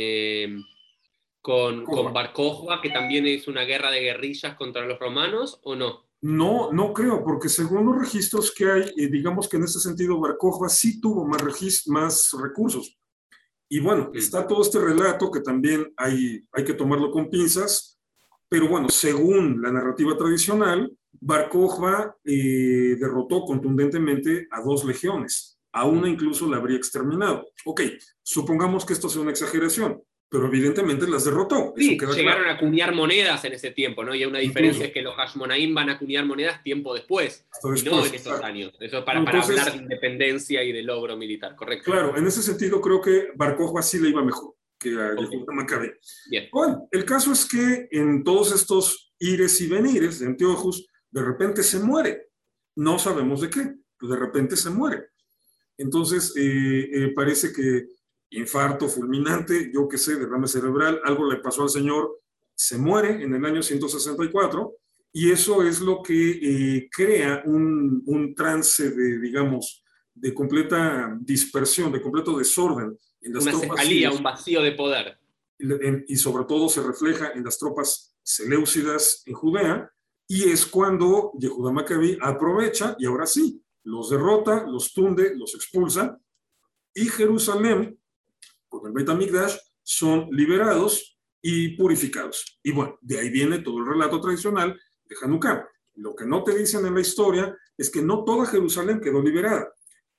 con Bar Kokhba, que también es una guerra de guerrillas contra los romanos, ¿o no? No, no creo, porque según los registros que hay, digamos que en ese sentido Bar Kokhba sí tuvo más recursos. Y bueno, está todo este relato que también hay que tomarlo con pinzas, pero bueno, según la narrativa tradicional, Bar Kokhba derrotó contundentemente a 2 legiones, a una incluso la habría exterminado. Ok, supongamos que esto sea una exageración, pero evidentemente las derrotó, eso Sí, queda llegaron claro. a acuñar monedas en ese tiempo, ¿no? Y una Incluso, diferencia es que los Hashmonaim van a acuñar monedas tiempo después, hasta y no después, en esos exacto. años. Eso es No, para hablar entonces, de independencia y de logro militar, correcto. claro, en ese sentido creo que Bar Kokhba sí le iba mejor que a Okay. Yehudá Maccabi. Bien. Bueno, el caso es que en todos estos ires y venires de Anteojos, de repente se muere. No sabemos de qué, pero de repente se muere. Entonces, parece que infarto fulminante, yo qué sé, derrame cerebral, algo le pasó al señor, se muere en el año 164 y eso es lo que crea un trance de, digamos, de completa dispersión, de completo desorden en las Una tropas cefalía, sirias un vacío de poder. y sobre todo se refleja en las tropas seleucidas en Judea, y es cuando Yehudá Maccabi aprovecha y ahora sí, los derrota, los tunde, los expulsa, y Jerusalén, con el Beit HaMikdash, son liberados y purificados. Y bueno, de ahí viene todo el relato tradicional de Hanukkah. Lo que no te dicen en la historia es que no toda Jerusalén quedó liberada.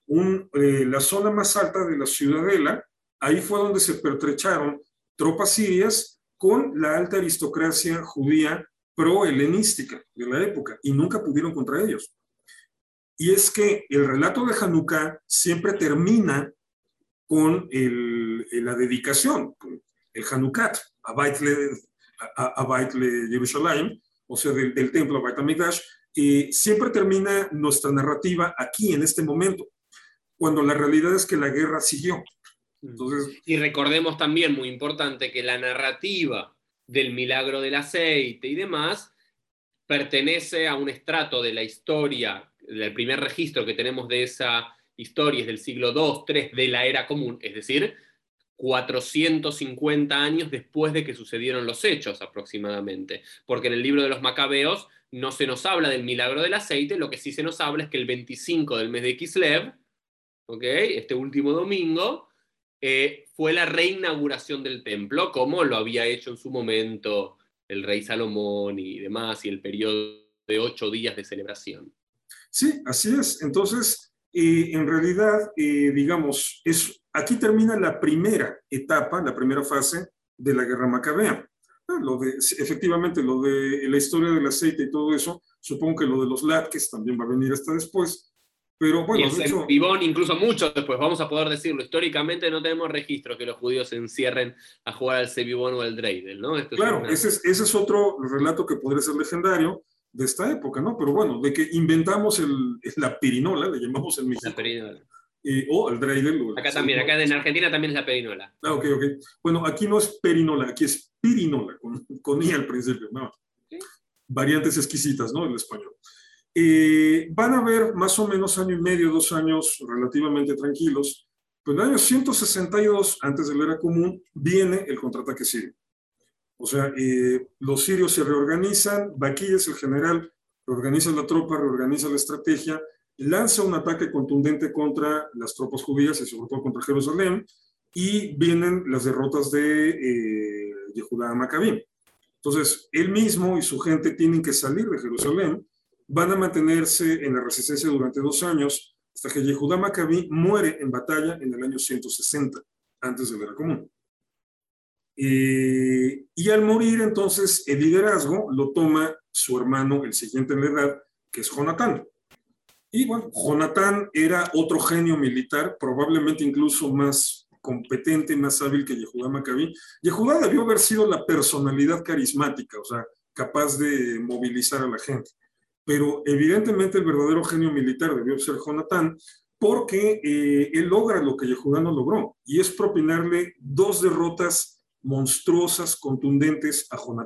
La zona más alta de la ciudadela, ahí fue donde se pertrecharon tropas sirias con la alta aristocracia judía pro-helenística de la época y nunca pudieron contra ellos. Y es que el relato de Hanukkah siempre termina con la dedicación, el Hanukkah, a Baitle Jerusalén, o sea, del templo a Beit HaMikdash, siempre termina nuestra narrativa aquí, en este momento, cuando la realidad es que la guerra siguió. Entonces, y recordemos también, muy importante, que la narrativa del milagro del aceite y demás pertenece a un estrato de la historia, del primer registro que tenemos de esa historia es del siglo II, III de la era común, es decir, 450 años después de que sucedieron los hechos aproximadamente, porque en el libro de los Macabeos no se nos habla del milagro del aceite, lo que sí se nos habla es que el 25 del mes de Kislev, ¿okay? Este último domingo, fue la reinauguración del templo, como lo había hecho en su momento el rey Salomón y demás, y el periodo de 8 días de celebración. Sí, así es. Entonces, en realidad, digamos, aquí termina la primera etapa, la primera fase de la guerra macabea. Efectivamente, lo de la historia del aceite y todo eso, supongo que lo de los latkes también va a venir hasta después. Pero bueno, y el de hecho, Sevivón incluso mucho después, vamos a poder decirlo. Históricamente no tenemos registro que los judíos se encierren a jugar al Sevivón o al Dreidel, ¿no? Esto claro, ese es otro relato que podría ser legendario de esta época, ¿no? Pero bueno, de que inventamos la pirinola, le llamamos en la México, perinola. o el dreidel. O Acá también, acá en Argentina también es la perinola. Ah, ok, ok. Bueno, aquí no es perinola, aquí es pirinola, con I al principio, ¿no? ¿Sí? Variantes exquisitas, ¿no? En español. Van a ver más o menos año y medio, 2 años relativamente tranquilos. Pero en el año 162, antes de la era común, viene el contraataque sirio. O sea, los sirios se reorganizan, Baquíes, el general, reorganiza la tropa, reorganiza la estrategia, lanza un ataque contundente contra las tropas judías y sobre todo contra Jerusalén, y vienen las derrotas de Yehudá Macabí. Entonces, él mismo y su gente tienen que salir de Jerusalén, van a mantenerse en la resistencia durante 2 años, hasta que Yehudá Macabí muere en batalla en el año 160, antes de la era común. Y al morir, entonces, el liderazgo lo toma su hermano, el siguiente en la edad, que es Jonatán. Y bueno, Jonatán era otro genio militar, probablemente incluso más competente, más hábil que Yehudá Macabí. Yehudá debió haber sido la personalidad carismática, o sea, capaz de movilizar a la gente. Pero evidentemente el verdadero genio militar debió ser Jonatán, porque él logra lo que Yehudá no logró, y es propinarle 2 derrotas monstruosas, contundentes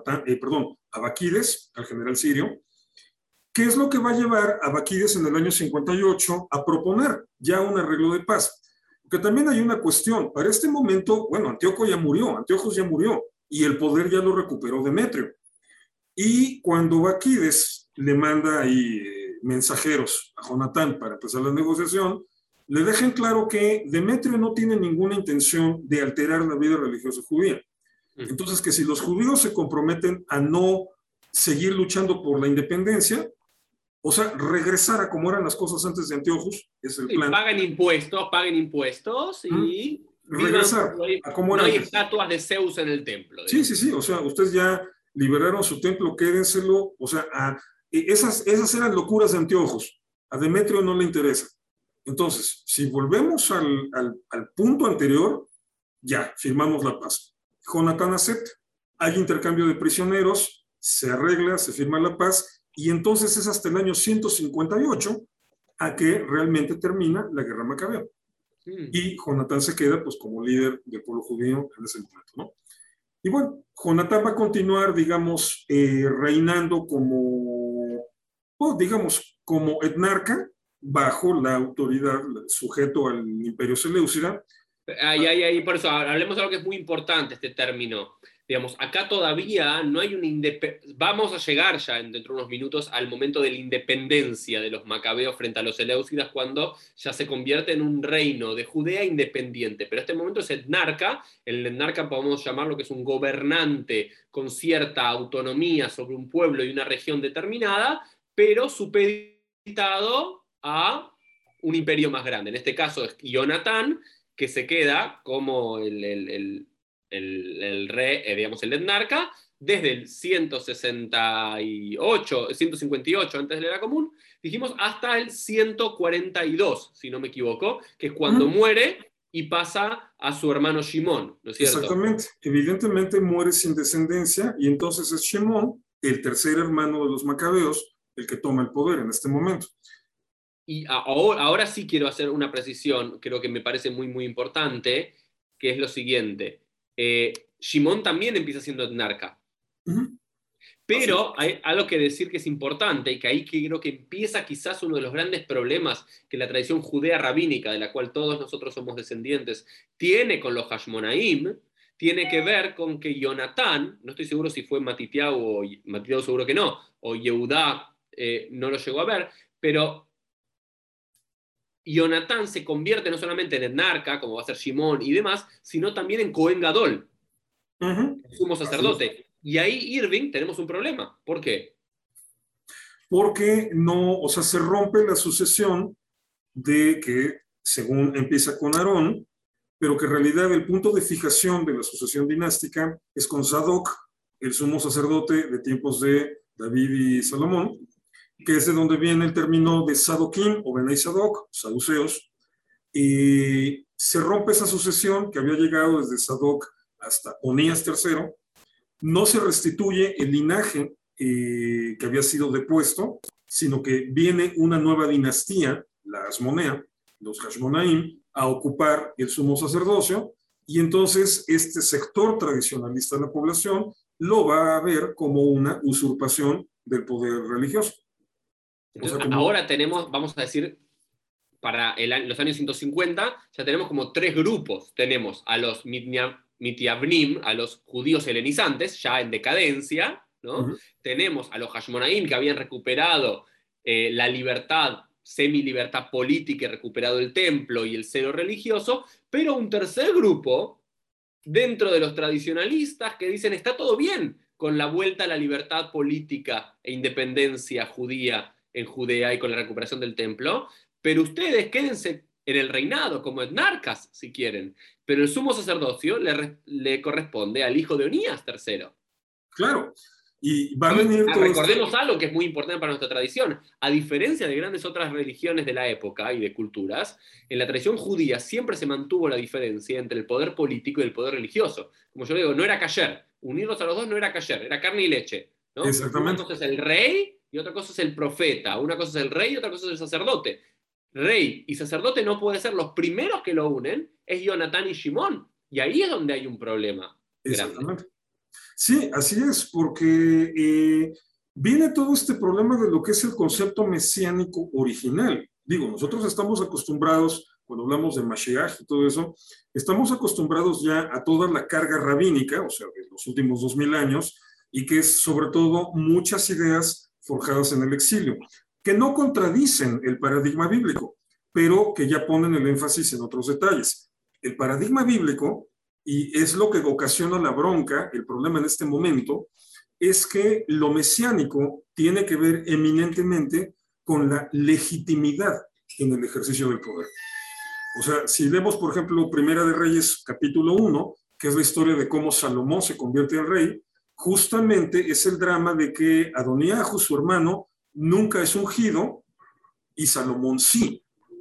a Baquides, al general sirio. ¿Qué es lo que va a llevar a Baquides en el año 58 a proponer ya un arreglo de paz? Porque también hay una cuestión. Para este momento, bueno, Antíoco ya murió, Antíoco ya murió, y el poder ya lo recuperó Demetrio. Y cuando Baquides le manda ahí mensajeros a Jonatán para empezar la negociación, le dejan claro que Demetrio no tiene ninguna intención de alterar la vida religiosa judía. Entonces, que si los judíos se comprometen a no seguir luchando por la independencia, o sea, regresar a como eran las cosas antes de Antíochos, es el plan. Paguen impuestos y regresar a como no era hay antes. estatuas de Zeus en el templo. Sí, sí, sí, o sea, ustedes ya liberaron su templo, quédenselo, o sea, esas eran locuras de Antíochos, a Demetrio no le interesa. Entonces, si volvemos al punto anterior, ya, firmamos la paz. Jonatán acepta, hay intercambio de prisioneros, se arregla, se firma la paz, y entonces es hasta el año 158 a que realmente termina la guerra macabea. Y Jonatán se queda pues como líder del pueblo judío en ese momento, ¿no? Y bueno, Jonatán va a continuar, digamos, reinando como, pues, digamos, como etnarca, bajo la autoridad, sujeto al imperio seleucida. Por eso, hablemos de algo que es muy importante, este término. Digamos, acá todavía no hay una independencia. Vamos a llegar ya dentro de unos minutos al momento de la independencia de los macabeos frente a los seleucidas, cuando ya se convierte en un reino de Judea independiente. Pero este momento es etnarca. El etnarca podemos llamarlo que es un gobernante con cierta autonomía sobre un pueblo y una región determinada, pero supeditado a un imperio más grande. En este caso es Jonatán, que se queda como el rey, digamos, el etnarca, desde el 158 antes de la era común, dijimos, hasta el 142, si no me equivoco, que es cuando muere y pasa a su hermano Shimón, ¿no es cierto? Exactamente. Evidentemente muere sin descendencia, y entonces es Shimón, el tercer hermano de los macabeos, el que toma el poder en este momento. Y ahora sí quiero hacer una precisión, creo que me parece muy, muy importante, que es lo siguiente. Shimón también empieza siendo etnarca. Pero hay algo que decir que es importante, y que ahí creo que empieza quizás uno de los grandes problemas que la tradición judea rabínica, de la cual todos nosotros somos descendientes, tiene con los Hashmonaim, tiene que ver con que Jonatán, no estoy seguro si fue Matitiao seguro que no, o Yehudá no lo llegó a ver, pero Jonatán se convierte no solamente en etnarca, como va a ser Shimón y demás, sino también en Cohen Gadol, el sumo sacerdote. Y ahí Irving tenemos un problema. ¿Por qué? Porque no, o sea, se rompe la sucesión de que, según empieza con Aarón, pero que en realidad el punto de fijación de la sucesión dinástica es con Sadoc, el sumo sacerdote de tiempos de David y Salomón, que es de donde viene el término de Sadoquim o Benei Sadoc, saduceos, y se rompe esa sucesión que había llegado desde Sadoc hasta Onías III, no se restituye el linaje que había sido depuesto, sino que viene una nueva dinastía, la Asmonea, los Hashmonaim, a ocupar el sumo sacerdocio, y entonces este sector tradicionalista de la población lo va a ver como una usurpación del poder religioso. Entonces, ahora tenemos, vamos a decir, para los años 150, ya tenemos como 3 grupos. Tenemos a los Mitiavnim, a los judíos helenizantes, ya en decadencia, ¿no? Tenemos a los Hashmonaim, que habían recuperado la libertad, semi-libertad política y recuperado el templo y el celo religioso, pero un tercer grupo, dentro de los tradicionalistas, que dicen está todo bien con la vuelta a la libertad política e independencia judía en Judea y con la recuperación del templo, pero ustedes quédense en el reinado como etnarcas, si quieren. Pero el sumo sacerdocio le corresponde al hijo de Onías III. Claro. Y va a venir todo recordemos algo que es muy importante para nuestra tradición. A diferencia de grandes otras religiones de la época y de culturas, en la tradición judía siempre se mantuvo la diferencia entre el poder político y el poder religioso. Como yo digo, no era kasher. Unirlos a los dos no era kasher, era carne y leche, ¿no? Exactamente. Una cosa es el rey y otra cosa es el profeta. Una cosa es el rey y otra cosa es el sacerdote. Rey y sacerdote no pueden ser los primeros que lo unen, es Jonatán y Shimón. Y ahí es donde hay un problema grande. Exactamente. Sí, así es, porque viene todo este problema de lo que es el concepto mesiánico original. Digo, nosotros estamos acostumbrados, cuando hablamos de Mashiach y todo eso, estamos acostumbrados ya a toda la carga rabínica, o sea, de los últimos 2000 años, y que es sobre todo muchas ideas forjadas en el exilio, que no contradicen el paradigma bíblico, pero que ya ponen el énfasis en otros detalles. El paradigma bíblico, y es lo que ocasiona la bronca, el problema en este momento, es que lo mesiánico tiene que ver eminentemente con la legitimidad en el ejercicio del poder. O sea, si leemos, por ejemplo, Primera de Reyes, capítulo 1, que es la historia de cómo Salomón se convierte en rey, justamente es el drama de que Adoníahu, su hermano, nunca es ungido y Salomón sí.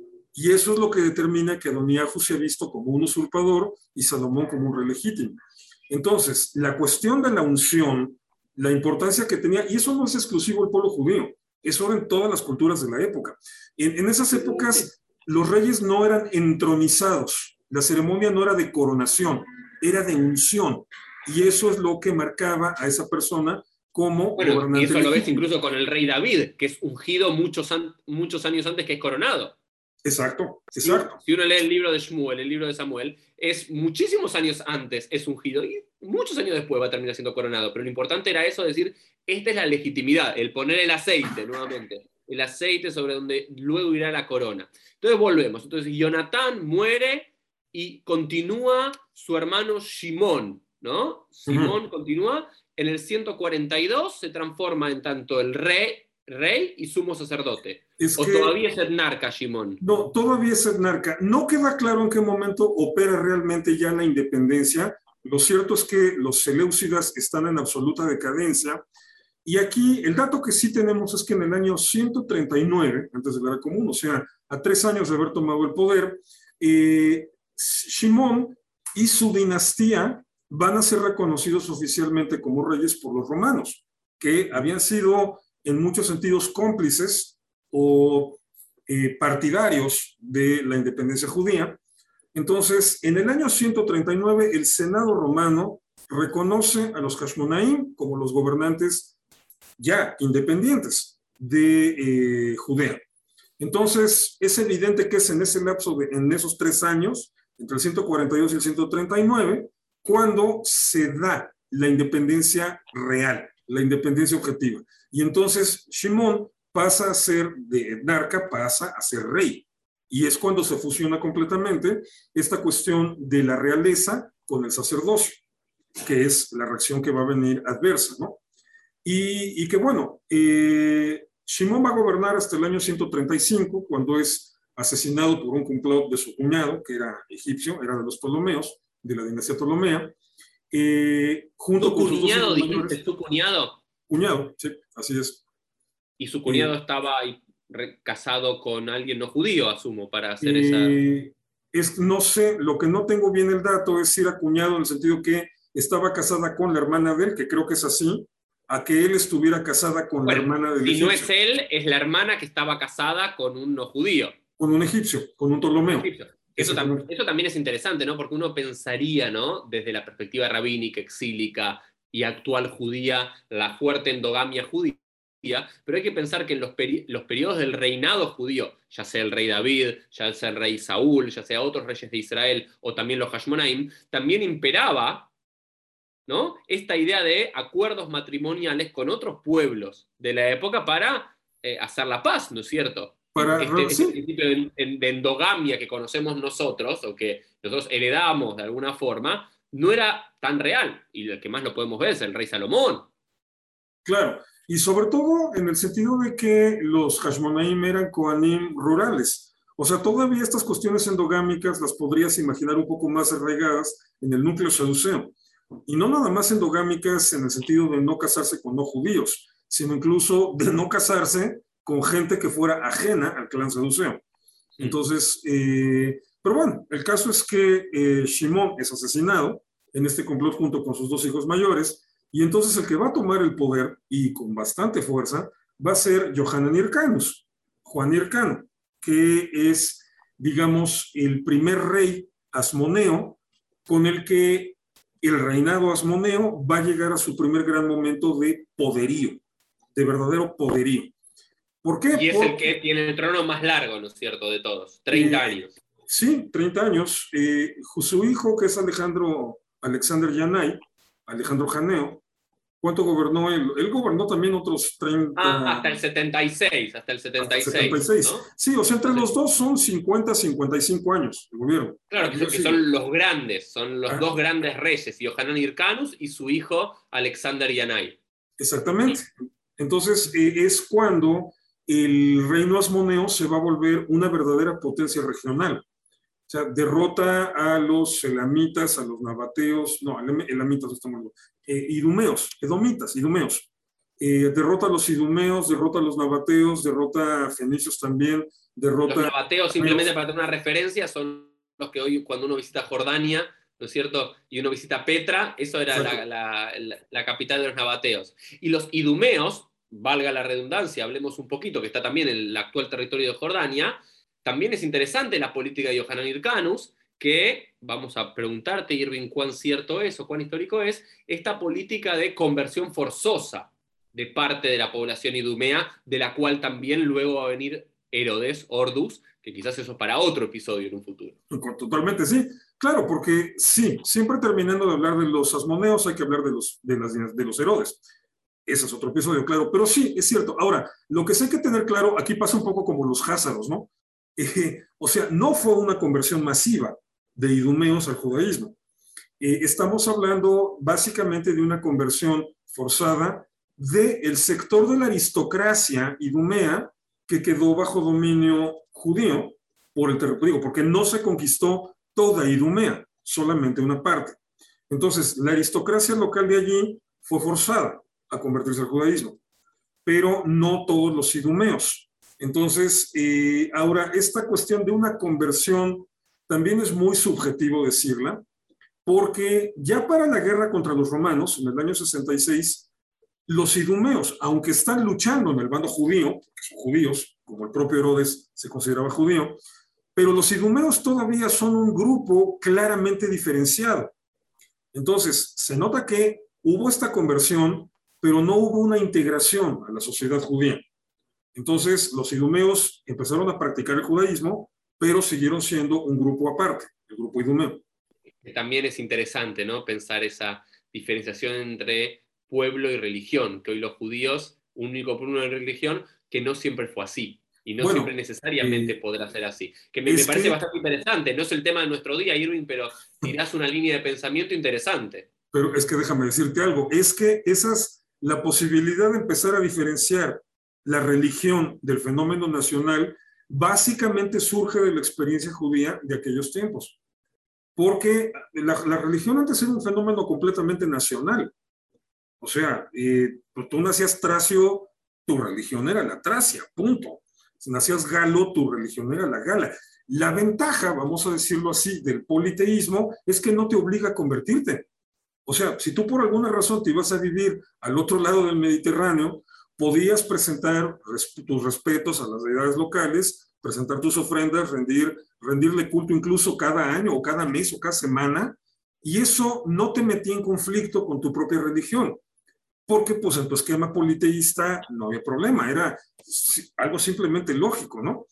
Y eso es lo que determina que Adoníahu se ha visto como un usurpador y Salomón como un rey legítimo. Entonces, la cuestión de la unción, la importancia que tenía, y eso no es exclusivo del pueblo judío, eso era en todas las culturas de la época. En esas épocas, los reyes no eran entronizados, la ceremonia no era de coronación, era de unción. Y eso es lo que marcaba a esa persona como gobernante. Y eso lo ves incluso con el rey David, que es ungido muchos años antes que es coronado. Exacto. Si uno lee el libro de Shmuel, el libro de Samuel, es muchísimos años antes es ungido y muchos años después va a terminar siendo coronado. Pero lo importante era eso, decir, esta es la legitimidad, el poner el aceite nuevamente, el aceite sobre donde luego irá la corona. Entonces volvemos. Entonces Jonatán muere y continúa su hermano Shimón, ¿no? Shimón continúa. En el 142 se transforma en tanto el rey y sumo sacerdote. ¿O todavía es etnarca, Shimón? No, todavía es etnarca. No queda claro en qué momento opera realmente ya la independencia. Lo cierto es que los seleucidas están en absoluta decadencia. Y aquí el dato que sí tenemos es que en el año 139, antes de la Era Común, o sea, a 3 años de haber tomado el poder, Shimón y su dinastía van a ser reconocidos oficialmente como reyes por los romanos, que habían sido en muchos sentidos cómplices o partidarios de la independencia judía. Entonces, en el año 139, el Senado romano reconoce a los Hashmonaim como los gobernantes ya independientes de Judea. Entonces, es evidente que es en ese lapso, en esos 3 años, entre el 142 y el 139, cuando se da la independencia real, la independencia objetiva. Y entonces Shimón pasa a ser de etnarca, pasa a ser rey. y es cuando se fusiona completamente esta cuestión de la realeza con el sacerdocio, que es la reacción que va a venir adversa, ¿no? Y que bueno, Shimón va a gobernar hasta el año 135, cuando es asesinado por un complot de su cuñado, que era egipcio, era de los Ptolomeos, de la dinastía Ptolomea, junto ¿Tu con sus dos cuñado, hijos dijiste, mayores. tu cuñado? Cuñado, sí, así es. Y su cuñado Eh, estaba casado con alguien no judío, asumo, para hacer esa... eh, no sé, lo que no tengo bien el dato es si era cuñado en el sentido que estaba casada con la hermana de él, que creo que es así, a que él estuviera casada con la Bueno, hermana del si no egipcio, es él, es la hermana que estaba casada con un no judío, con un egipcio, con un un Ptolomeo. egipcio. Exactamente. Eso también es interesante, ¿no? Porque uno pensaría, ¿no? Desde la perspectiva rabínica, exílica y actual judía, la fuerte endogamia judía, pero hay que pensar que en los periodos del reinado judío, ya sea el rey David, ya sea el rey Saúl, ya sea otros reyes de Israel o también los Hashmonaim, también imperaba, ¿no? Esta idea de acuerdos matrimoniales con otros pueblos de la época para hacer la paz, ¿no es cierto? Este Sí, principio de endogamia que conocemos nosotros, o que nosotros heredamos de alguna forma, no era tan real. Y el que más lo podemos ver es el rey Salomón. claro. Y sobre todo en el sentido de que los Hashmonaim eran Kohanim rurales. O sea, todavía estas cuestiones endogámicas las podrías imaginar un poco más arraigadas en el núcleo saduceo. Y no nada más endogámicas en el sentido de no casarse con no judíos, sino incluso de no casarse con gente que fuera ajena al clan saduceo. Entonces, pero bueno, el caso es que Shimón es asesinado en este complot junto con sus dos hijos mayores, y entonces el que va a tomar el poder, y con bastante fuerza, va a ser Yohanan Hyrcanus, Juan Hircano, que es, digamos, el primer rey asmoneo con el que el reinado asmoneo va a llegar a su primer gran momento de poderío, de verdadero poderío. ¿Por qué? Y es el Porque que tiene el trono más largo, ¿no es cierto?, de todos, 30 años. sí, 30 años. Su hijo, que es Alexander Yanai, Alejandro Janeo, ¿cuánto gobernó él? Él gobernó también otros Ah, 30, hasta el 76, hasta el hasta 76, 76. ¿no? Sí, o sea, entre Sí. los dos son 50, 55 años de gobierno. Claro, Medio que siglo. son los grandes, son los Ah, dos grandes reyes, Yohanan Hyrcanus y su hijo Alexander Yanai. exactamente. Entonces, es cuando el reino asmoneo se va a volver una verdadera potencia regional. O sea, derrota a los elamitas, a los nabateos, no, elamitas no estamos hablando, idumeos, edomitas, idumeos. Derrota a los idumeos, derrota a los nabateos, derrota a fenicios también, Los derrota a nabateos, simplemente los para tener una referencia, son los que hoy cuando uno visita Jordania, ¿no es cierto? Y uno visita Petra, eso era exacto, la capital de los nabateos. Y los idumeos, valga la redundancia, hablemos un poquito, que está también en el actual territorio de Jordania, también es interesante la política de Yohanan Hyrcanus, que vamos a preguntarte, Irving, cuán cierto es o cuán histórico es, esta política de conversión forzosa de parte de la población idumea, de la cual también luego va a venir Herodes, Ordus, que quizás eso es para otro episodio en un futuro. totalmente sí. Claro, porque sí, siempre terminando de hablar de los asmoneos hay que hablar de los Herodes. Ese es otro episodio, claro, pero sí, es cierto. Ahora, lo que sí hay que tener claro, aquí pasa un poco como los házaros, ¿no? O sea, no fue una conversión masiva de idumeos al judaísmo. Estamos hablando básicamente de una conversión forzada del sector de la aristocracia idumea que quedó bajo dominio judío por el territorio, porque no se conquistó toda Idumea, solamente una parte. Entonces, la aristocracia local de allí fue forzada a convertirse al judaísmo, pero no todos los idumeos. Entonces, ahora, esta cuestión de una conversión también es muy subjetivo decirla, porque ya para la guerra contra los romanos, en el año 66, los idumeos, aunque están luchando en el bando judío, que son judíos, como el propio Herodes se consideraba judío, pero los idumeos todavía son un grupo claramente diferenciado. Entonces, se nota que hubo esta conversión, pero no hubo una integración a la sociedad judía. Entonces, los idumeos empezaron a practicar el judaísmo, pero siguieron siendo un grupo aparte, el grupo idumeo. También es interesante, ¿no?, pensar esa diferenciación entre pueblo y religión, que hoy los judíos, único pueblo de religión, que no siempre fue así. Y no siempre necesariamente podrá ser así. Que me parece bastante interesante. No es el tema de nuestro día, Irving, pero tirás una línea de pensamiento interesante. Pero es que déjame decirte algo. Es que la posibilidad de empezar a diferenciar la religión del fenómeno nacional básicamente surge de la experiencia judía de aquellos tiempos. Porque la religión antes era un fenómeno completamente nacional. O sea, tú nacías tracio, tu religión era la tracia, punto. Si nacías galo, tu religión era la gala. La ventaja, vamos a decirlo así, del politeísmo es que no te obliga a convertirte. O sea, si tú por alguna razón te ibas a vivir al otro lado del Mediterráneo, podías presentar tus respetos a las deidades locales, presentar tus ofrendas, rendirle culto incluso cada año o cada mes o cada semana, y eso no te metía en conflicto con tu propia religión, porque pues en tu esquema politeísta no había problema, era algo simplemente lógico, ¿no?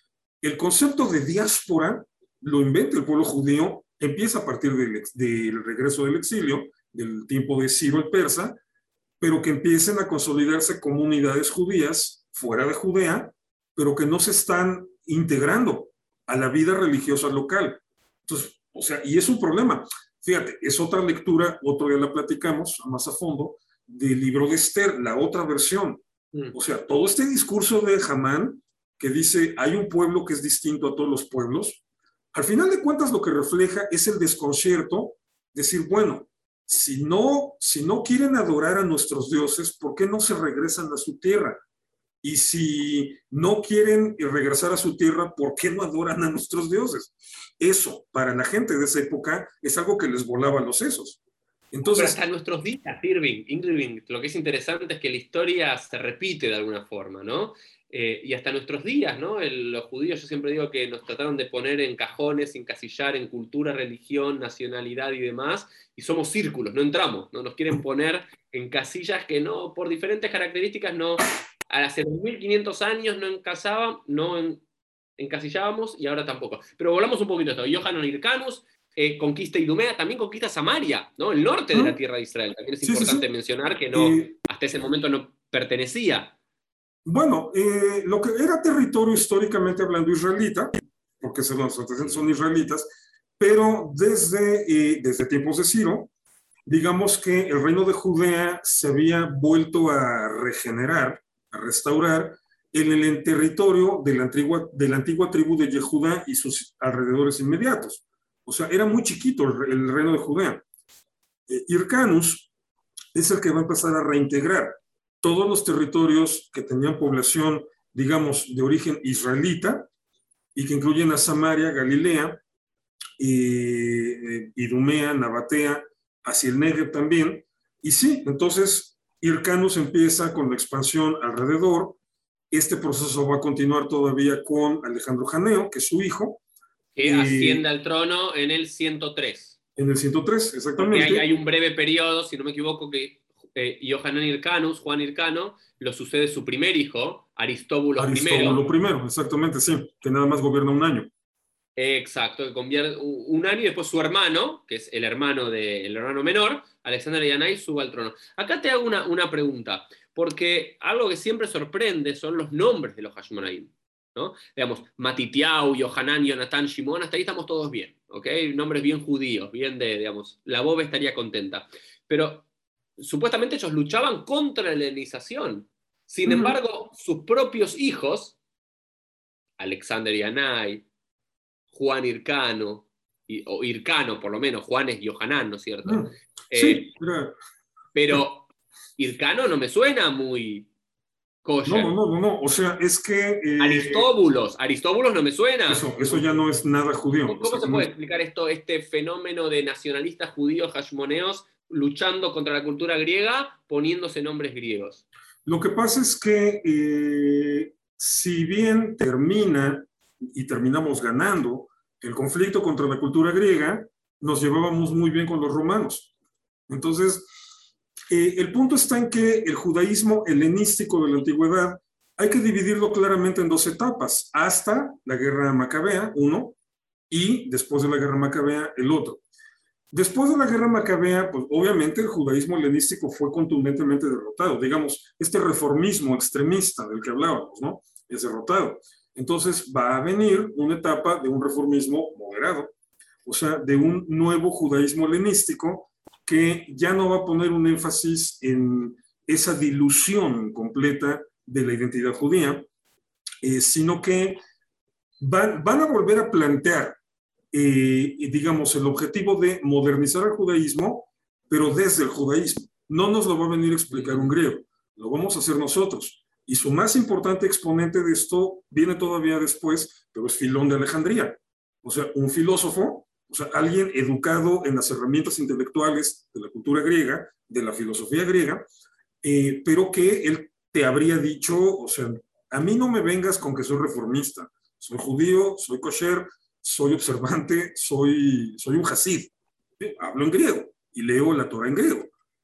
El concepto de diáspora lo inventa el pueblo judío, empieza a partir del regreso del exilio, del tiempo de Ciro el persa, pero que empiecen a consolidarse comunidades judías fuera de Judea, pero que no se están integrando a la vida religiosa local. Entonces, o sea, y es un problema. Fíjate, es otra lectura, otro día la platicamos más a fondo, del libro de Esther, la otra versión. O sea, todo este discurso de Hamán, que dice, hay un pueblo que es distinto a todos los pueblos, al final de cuentas lo que refleja es el desconcierto, decir, bueno, si no quieren adorar a nuestros dioses, ¿por qué no se regresan a su tierra? Y si no quieren regresar a su tierra, ¿por qué no adoran a nuestros dioses? Eso, para la gente de esa época, es algo que les volaba los sesos. Entonces, pero hasta nuestros días, Irving, lo que es interesante es que la historia se repite de alguna forma, ¿no? Y hasta nuestros días, ¿no? Los judíos, yo siempre digo que nos trataron de poner en cajones, encasillar en cultura, religión, nacionalidad y demás, y somos círculos, no entramos, ¿no? Nos quieren poner en casillas que no, por diferentes características, no, hace 2500 años no encasillábamos y ahora tampoco. Pero volvamos un poquito a esto. Yohanan Hyrcanus conquista Idumea, también conquista Samaria, ¿no? El norte de la tierra de Israel. También es importante mencionar que no, hasta ese momento no pertenecía. Bueno, lo que era territorio históricamente hablando israelita, porque los antecedentes son israelitas, pero desde tiempos de Ciro, digamos que el reino de Judea se había vuelto a regenerar, a restaurar en el territorio de la antigua tribu de Yehudá y sus alrededores inmediatos. O sea, era muy chiquito el reino de Judea. Hyrcanus es el que va a empezar a reintegrar todos los territorios que tenían población, digamos, de origen israelita y que incluyen a Samaria, Galilea, Idumea, Nabatea, hacia el Negev también. Y sí, entonces Hyrcanus empieza con la expansión alrededor. Este proceso va a continuar todavía con Alejandro Janeo, que es su hijo. Que asciende al trono en el 103. En el 103, exactamente. Hay un breve periodo, si no me equivoco, que Yohanan Hyrcanus, Juan Hyrcano, lo sucede su primer hijo, Aristóbulo I. Aristóbulo I, exactamente, sí, que nada más gobierna un año. Exacto, que convierte un año y después su hermano, que es el hermano menor, Alexander Yanai, sube al trono. Acá te hago una pregunta, porque algo que siempre sorprende son los nombres de los Hashmonaim, ¿no? Digamos, Matitiau, Yohanan, Jonatán, Shimón, hasta ahí estamos todos bien, ¿ok? Nombres bien judíos, bien digamos, la Bob estaría contenta. Pero supuestamente ellos luchaban contra la helenización. Sin embargo, sus propios hijos, Alexander Yanai, Juan Hyrcano, o Hyrcano por lo menos, Juan es Yohanan, ¿no es cierto? Sí, pero Hyrcano no me suena muy kosher. No, o sea, es que... Aristóbulos no me suena. Eso ya no es nada judío. ¿Cómo se puede explicar este fenómeno de nacionalistas judíos hashmoneos luchando contra la cultura griega, poniéndose nombres griegos? Lo que pasa es que si bien terminamos ganando el conflicto contra la cultura griega, nos llevábamos muy bien con los romanos. Entonces, el punto está en que el judaísmo helenístico de la antigüedad hay que dividirlo claramente en dos etapas, hasta la guerra macabea, uno, y después de la guerra macabea, el otro. Después de la guerra macabea, pues obviamente el judaísmo helenístico fue contundentemente derrotado, digamos, este reformismo extremista del que hablábamos, ¿no? es derrotado. Entonces va a venir una etapa de un reformismo moderado, o sea, de un nuevo judaísmo helenístico que ya no va a poner un énfasis en esa dilución completa de la identidad judía, sino que van a volver a plantear, digamos, el objetivo de modernizar el judaísmo, pero desde el judaísmo. No nos lo va a venir a explicar un griego, lo vamos a hacer nosotros. Y su más importante exponente de esto viene todavía después, pero es Filón de Alejandría. O sea, un filósofo, o sea, alguien educado en las herramientas intelectuales de la cultura griega, de la filosofía griega, pero que él te habría dicho, o sea, a mí no me vengas con que soy reformista. Soy judío, soy kosher, soy observante, soy un hasid. Hablo en griego y leo la Torah en griego.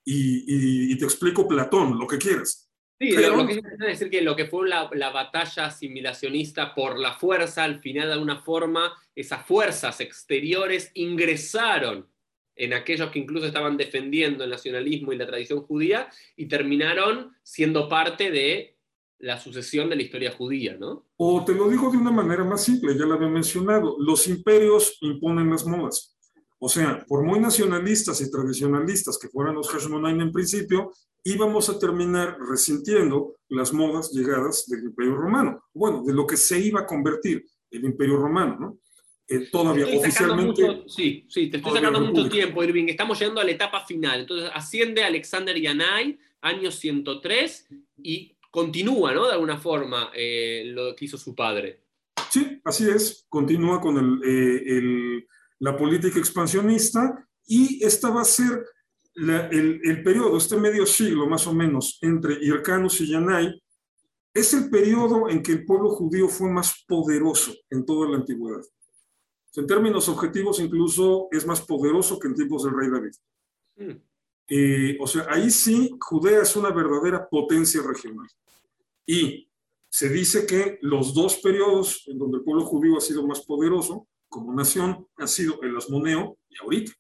Y te explico Platón, lo que quieras. Sí, lo que quiero decir que lo que fue la batalla asimilacionista por la fuerza, al final de alguna forma, esas fuerzas exteriores ingresaron en aquellos que incluso estaban defendiendo el nacionalismo y la tradición judía y terminaron siendo parte de la sucesión de la historia judía, ¿no? O te lo digo de una manera más simple, ya lo había mencionado, los imperios imponen las modas. O sea, por muy nacionalistas y tradicionalistas que fueran los Hashmonaim en principio, íbamos a terminar resintiendo las modas llegadas del Imperio Romano. Bueno, de lo que se iba a convertir el Imperio Romano, ¿no? Todavía oficialmente... Sí, te estoy sacando mucho tiempo, Irving. Estamos llegando a la etapa final. Entonces asciende Alexander Yanai, año 103, y continúa, ¿no? De alguna forma, lo que hizo su padre. Sí, así es. Continúa con la política expansionista y esta va a ser el periodo, este medio siglo más o menos, entre Hyrcanus y Yanai, es el periodo en que el pueblo judío fue más poderoso en toda la antigüedad. En términos objetivos, incluso es más poderoso que en tiempos del rey David. O sea, ahí sí, Judea es una verdadera potencia regional. Y se dice que los dos periodos en donde el pueblo judío ha sido más poderoso como nación han sido el Asmoneo y ahorita.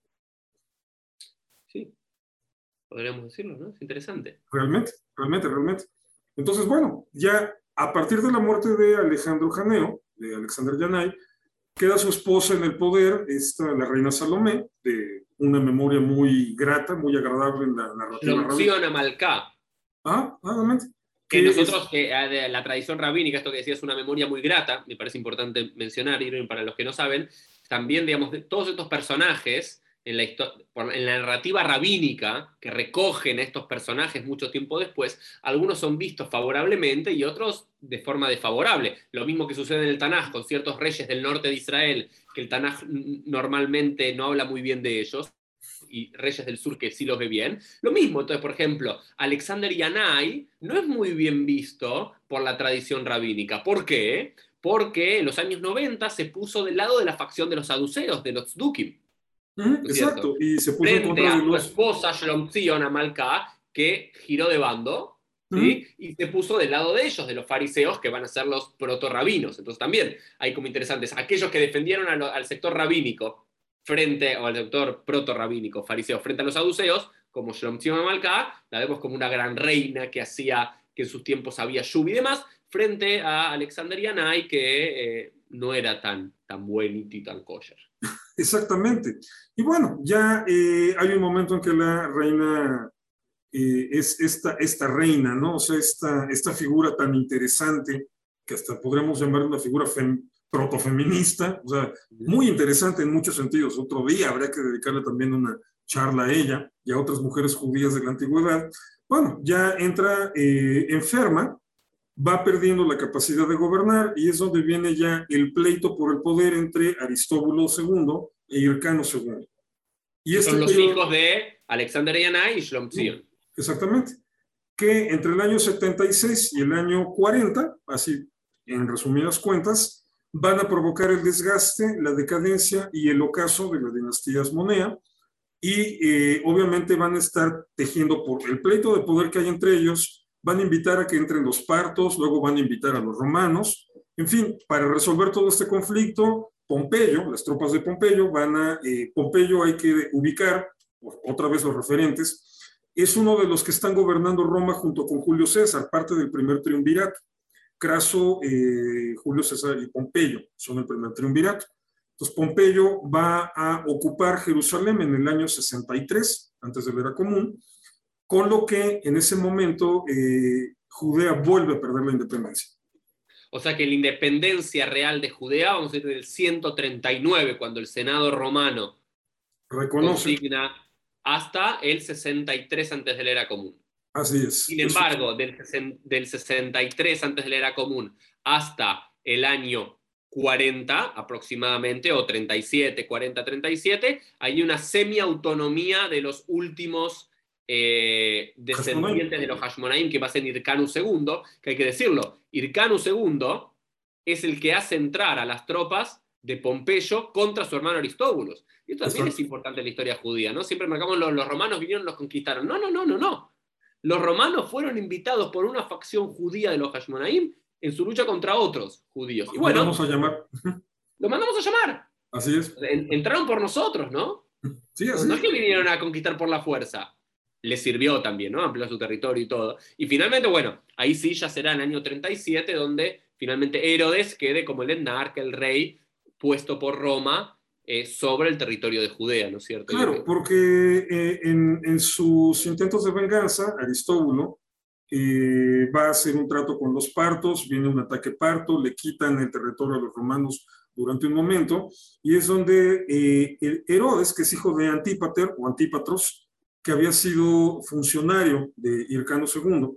Sí, podríamos decirlo, ¿no? Es interesante. Realmente. Entonces, bueno, ya a partir de la muerte de Alejandro Janeo, de Alexander Yanai, queda su esposa en el poder, la reina Salomé, de una memoria muy grata, muy agradable en la narrativa rabínica. Amalcá. Realmente. Que nosotros, de la tradición rabínica, esto que decías es una memoria muy grata, me parece importante mencionar, y para los que no saben, también, digamos, de todos estos personajes en la narrativa rabínica que recogen estos personajes mucho tiempo después, algunos son vistos favorablemente y otros de forma desfavorable. Lo mismo que sucede en el Tanaj con ciertos reyes del norte de Israel, que el Tanaj normalmente no habla muy bien de ellos, y reyes del sur que sí los ve bien. Lo mismo, entonces, por ejemplo, Alexander Yanai no es muy bien visto por la tradición rabínica. ¿Por qué? Porque en los años 90 se puso del lado de la facción de los saduceos, de los Tzdukim. Exacto, y se puso en contra de su esposa Shalom Zion Amalcá, que giró de bando, ¿sí? Y se puso del lado de ellos, de los fariseos, que van a ser los proto-rabinos. Entonces también hay como interesantes, aquellos que defendieron al sector rabínico frente al sector proto-rabínico, fariseos, frente a los saduceos, como Shalom Zion Amalcá, la vemos como una gran reina que hacía que en sus tiempos había yuv y demás, frente a Alexander Yanai, que no era tan buenito y tan kosher. Exactamente. Y bueno, ya hay un momento en que la reina es esta reina, ¿no? O sea, esta figura tan interesante, que hasta podríamos llamar una figura protofeminista, o sea, muy interesante en muchos sentidos. Otro día habría que dedicarle también una charla a ella y a otras mujeres judías de la antigüedad. Bueno, ya entra enferma, va perdiendo la capacidad de gobernar y es donde viene ya el pleito por el poder entre Aristóbulo II e Hyrcano II. Y son los hijos de Alexander Yanai y Shalom Zion. Exactamente. Que entre el año 76 y el año 40, así en resumidas cuentas, van a provocar el desgaste, la decadencia y el ocaso de la dinastía Asmonea y obviamente van a estar tejiendo por el pleito de poder que hay entre ellos, van a invitar a que entren los partos, luego van a invitar a los romanos, en fin, para resolver todo este conflicto, Pompeyo, las tropas de Pompeyo Pompeyo hay que ubicar, otra vez los referentes, es uno de los que están gobernando Roma junto con Julio César, parte del primer triunvirato. Craso, Julio César y Pompeyo, son el primer triunvirato. Entonces Pompeyo va a ocupar Jerusalén en el año 63, antes de la era común, con lo que en ese momento Judea vuelve a perder la independencia. O sea que la independencia real de Judea, vamos a decir, del 139, cuando el Senado romano Reconoce. consigna, hasta el 63 antes de la era común. Así es. Sin embargo, del 63 antes de la era común hasta el año 40 aproximadamente, o 37, 40, 37, hay una semi-autonomía de los últimos descendientes de los Hashmonaim, que va a ser Hircanu II, que hay que decirlo, Hircanu II es el que hace entrar a las tropas de Pompeyo contra su hermano Aristóbulos. Y esto también es importante en la historia judía, ¿no? Siempre marcamos los romanos vinieron y los conquistaron. No, no, no, no, no. Los romanos fueron invitados por una facción judía de los Hashmonaim en su lucha contra otros judíos. Y bueno, vamos a llamar. Lo mandamos a llamar. Así es. Entraron por nosotros, ¿no? Sí, así no es que vinieron a conquistar por la fuerza. Les sirvió también, ¿no? Amplió su territorio y todo. Y finalmente, bueno, ahí sí ya será el año 37 donde finalmente Herodes quede como el enarca, el rey, puesto por Roma sobre el territorio de Judea, ¿no es cierto? Claro, porque en sus intentos de venganza, Aristóbulo va a hacer un trato con los partos, viene un ataque parto, le quitan el territorio a los romanos durante un momento, y es donde Herodes, que es hijo de Antípater o Antípatros, que había sido funcionario de Hircano II,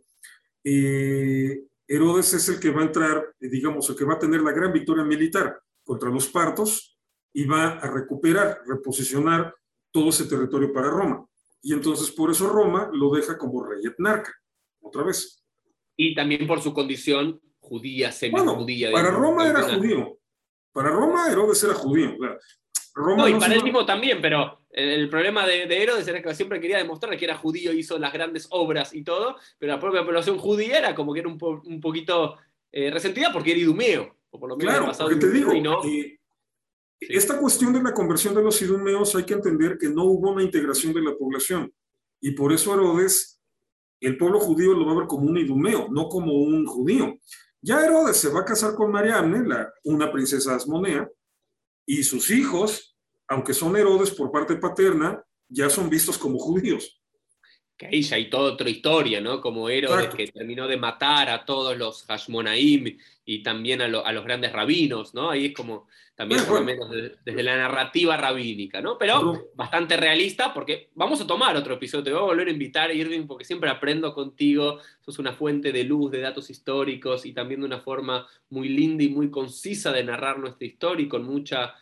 Herodes es el que va a entrar, digamos, el que va a tener la gran victoria militar contra los partos, y va a recuperar, reposicionar todo ese territorio para Roma. Y entonces por eso Roma lo deja como rey etnarca, otra vez. Y también por su condición judía, semi-judía. Bueno, para Roma era judío. Para Roma Herodes era judío. Roma no, y para él mismo también, pero el problema de Herodes era que siempre quería demostrar que era judío, hizo las grandes obras y todo, pero la propia población judía era como que era un poquito resentida porque era idumeo, o por lo menos claro, pasado porque te digo, no. Esta cuestión de la conversión de los idumeos hay que entender que no hubo una integración de la población, y por eso Herodes, el pueblo judío lo va a ver como un idumeo, no como un judío. Ya Herodes se va a casar con Mariamne, una princesa asmonea, y sus hijos, aunque son Herodes por parte paterna, ya son vistos como judíos. Que ahí ya hay toda otra historia, ¿no? Como Herodes, que terminó de matar a todos los Hashmonaim y también a los grandes rabinos, ¿no? Ahí es como, también por lo menos desde la narrativa rabínica, ¿no? Pero bastante realista, porque vamos a tomar otro episodio, te voy a volver a invitar, Irving, porque siempre aprendo contigo, sos una fuente de luz, de datos históricos, y también de una forma muy linda y muy concisa de narrar nuestra historia, y con mucha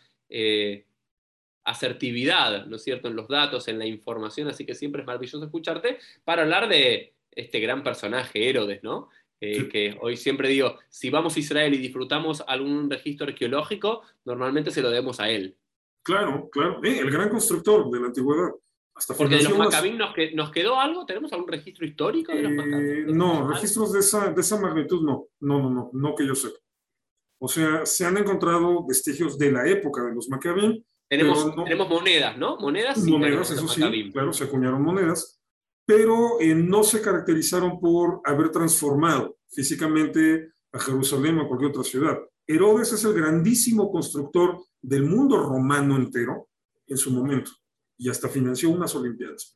asertividad, ¿no es cierto?, en los datos, en la información, así que siempre es maravilloso escucharte para hablar de este gran personaje, Herodes, ¿no? Que hoy siempre digo, si vamos a Israel y disfrutamos algún registro arqueológico, normalmente se lo debemos a él. Claro, claro, el gran constructor de la antigüedad. Hasta porque de los Macabín nos quedó algo, ¿tenemos algún registro histórico de los Macabín? No, registros de esa magnitud no que yo sepa. O sea, se han encontrado vestigios de la época de los Macabín. Tenemos monedas, ¿no? Monedas, sí, eso sí, claro, se acuñaron monedas, pero no se caracterizaron por haber transformado físicamente a Jerusalén o a cualquier otra ciudad. Herodes es el grandísimo constructor del mundo romano entero en su momento, y hasta financió unas Olimpiadas.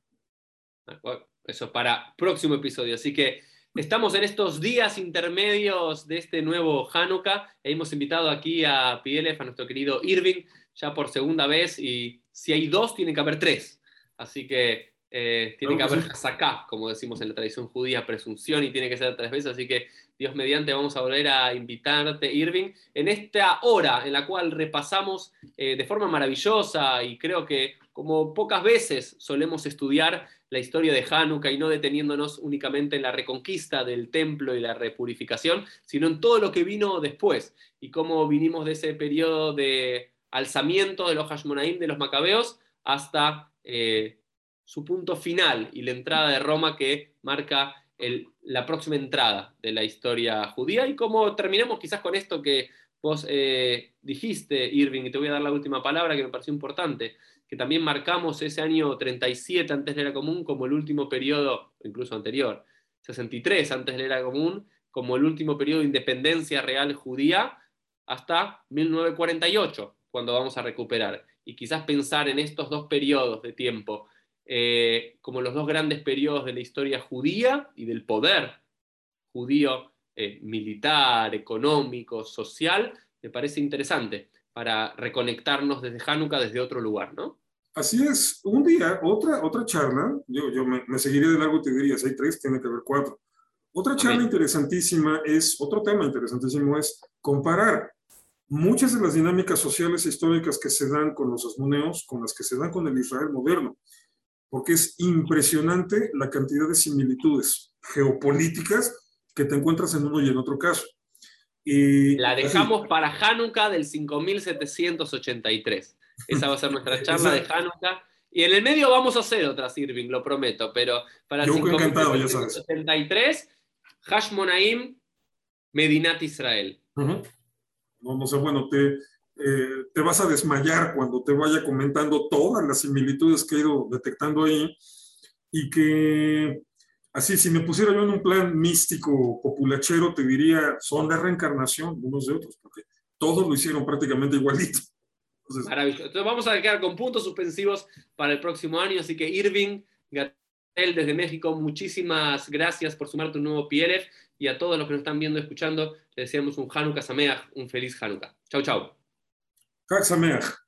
Eso para próximo episodio, así que estamos en estos días intermedios de este nuevo Hanukkah. Hemos invitado aquí a PLF, a nuestro querido Irving, ya por segunda vez, y si hay dos, tiene que haber tres. Así que tiene que haber hazaká, como decimos en la tradición judía, presunción, y tiene que ser 3 veces. Así que, Dios mediante, vamos a volver a invitarte, Irving, en esta hora en la cual repasamos de forma maravillosa, y creo que como pocas veces solemos estudiar la historia de Hanukkah, y no deteniéndonos únicamente en la reconquista del templo y la repurificación, sino en todo lo que vino después, y cómo vinimos de ese periodo de alzamiento de los Hashmonaim, de los Macabeos, hasta su punto final y la entrada de Roma, que marca la próxima entrada de la historia judía. Y cómo terminamos quizás con esto que vos dijiste, Irving, y te voy a dar la última palabra que me pareció importante, que también marcamos ese año 37 antes de la era común como el último periodo, incluso anterior, 63 antes de la era común, como el último periodo de independencia real judía hasta 1948, cuando vamos a recuperar. Y quizás pensar en estos dos periodos de tiempo como los dos grandes periodos de la historia judía y del poder judío militar, económico, social, me parece interesante para reconectarnos desde Hanukkah, desde otro lugar, ¿no? Así es. Un día, otra charla, yo me seguiría de largo y te diría, si hay 3, tiene que haber 4. Otra charla Amén. interesantísima otro tema interesantísimo es comparar muchas de las dinámicas sociales e históricas que se dan con los asmoneos con las que se dan con el Israel moderno, porque es impresionante la cantidad de similitudes geopolíticas que te encuentras en uno y en otro caso. La dejamos para Hanukkah del 5783. Esa va a ser nuestra charla de Hanukkah. Y en el medio vamos a hacer otras, Irving, lo prometo, pero para el 5783, Hashmonaim, Medinat Israel. No sé, bueno, te vas a desmayar cuando te vaya comentando todas las similitudes que he ido detectando ahí, y que así, si me pusiera yo en un plan místico, populachero, te diría, son la reencarnación unos de otros, porque todos lo hicieron prácticamente igualito. Entonces, maravilloso. Entonces vamos a quedar con puntos suspensivos para el próximo año, así que Irving Gatel desde México, muchísimas gracias por sumarte un nuevo PLF, y a todos los que nos están viendo y escuchando, les deseamos un Hanukkah Sameach, un feliz Hanukkah. Chau, chau. Chag Sameach.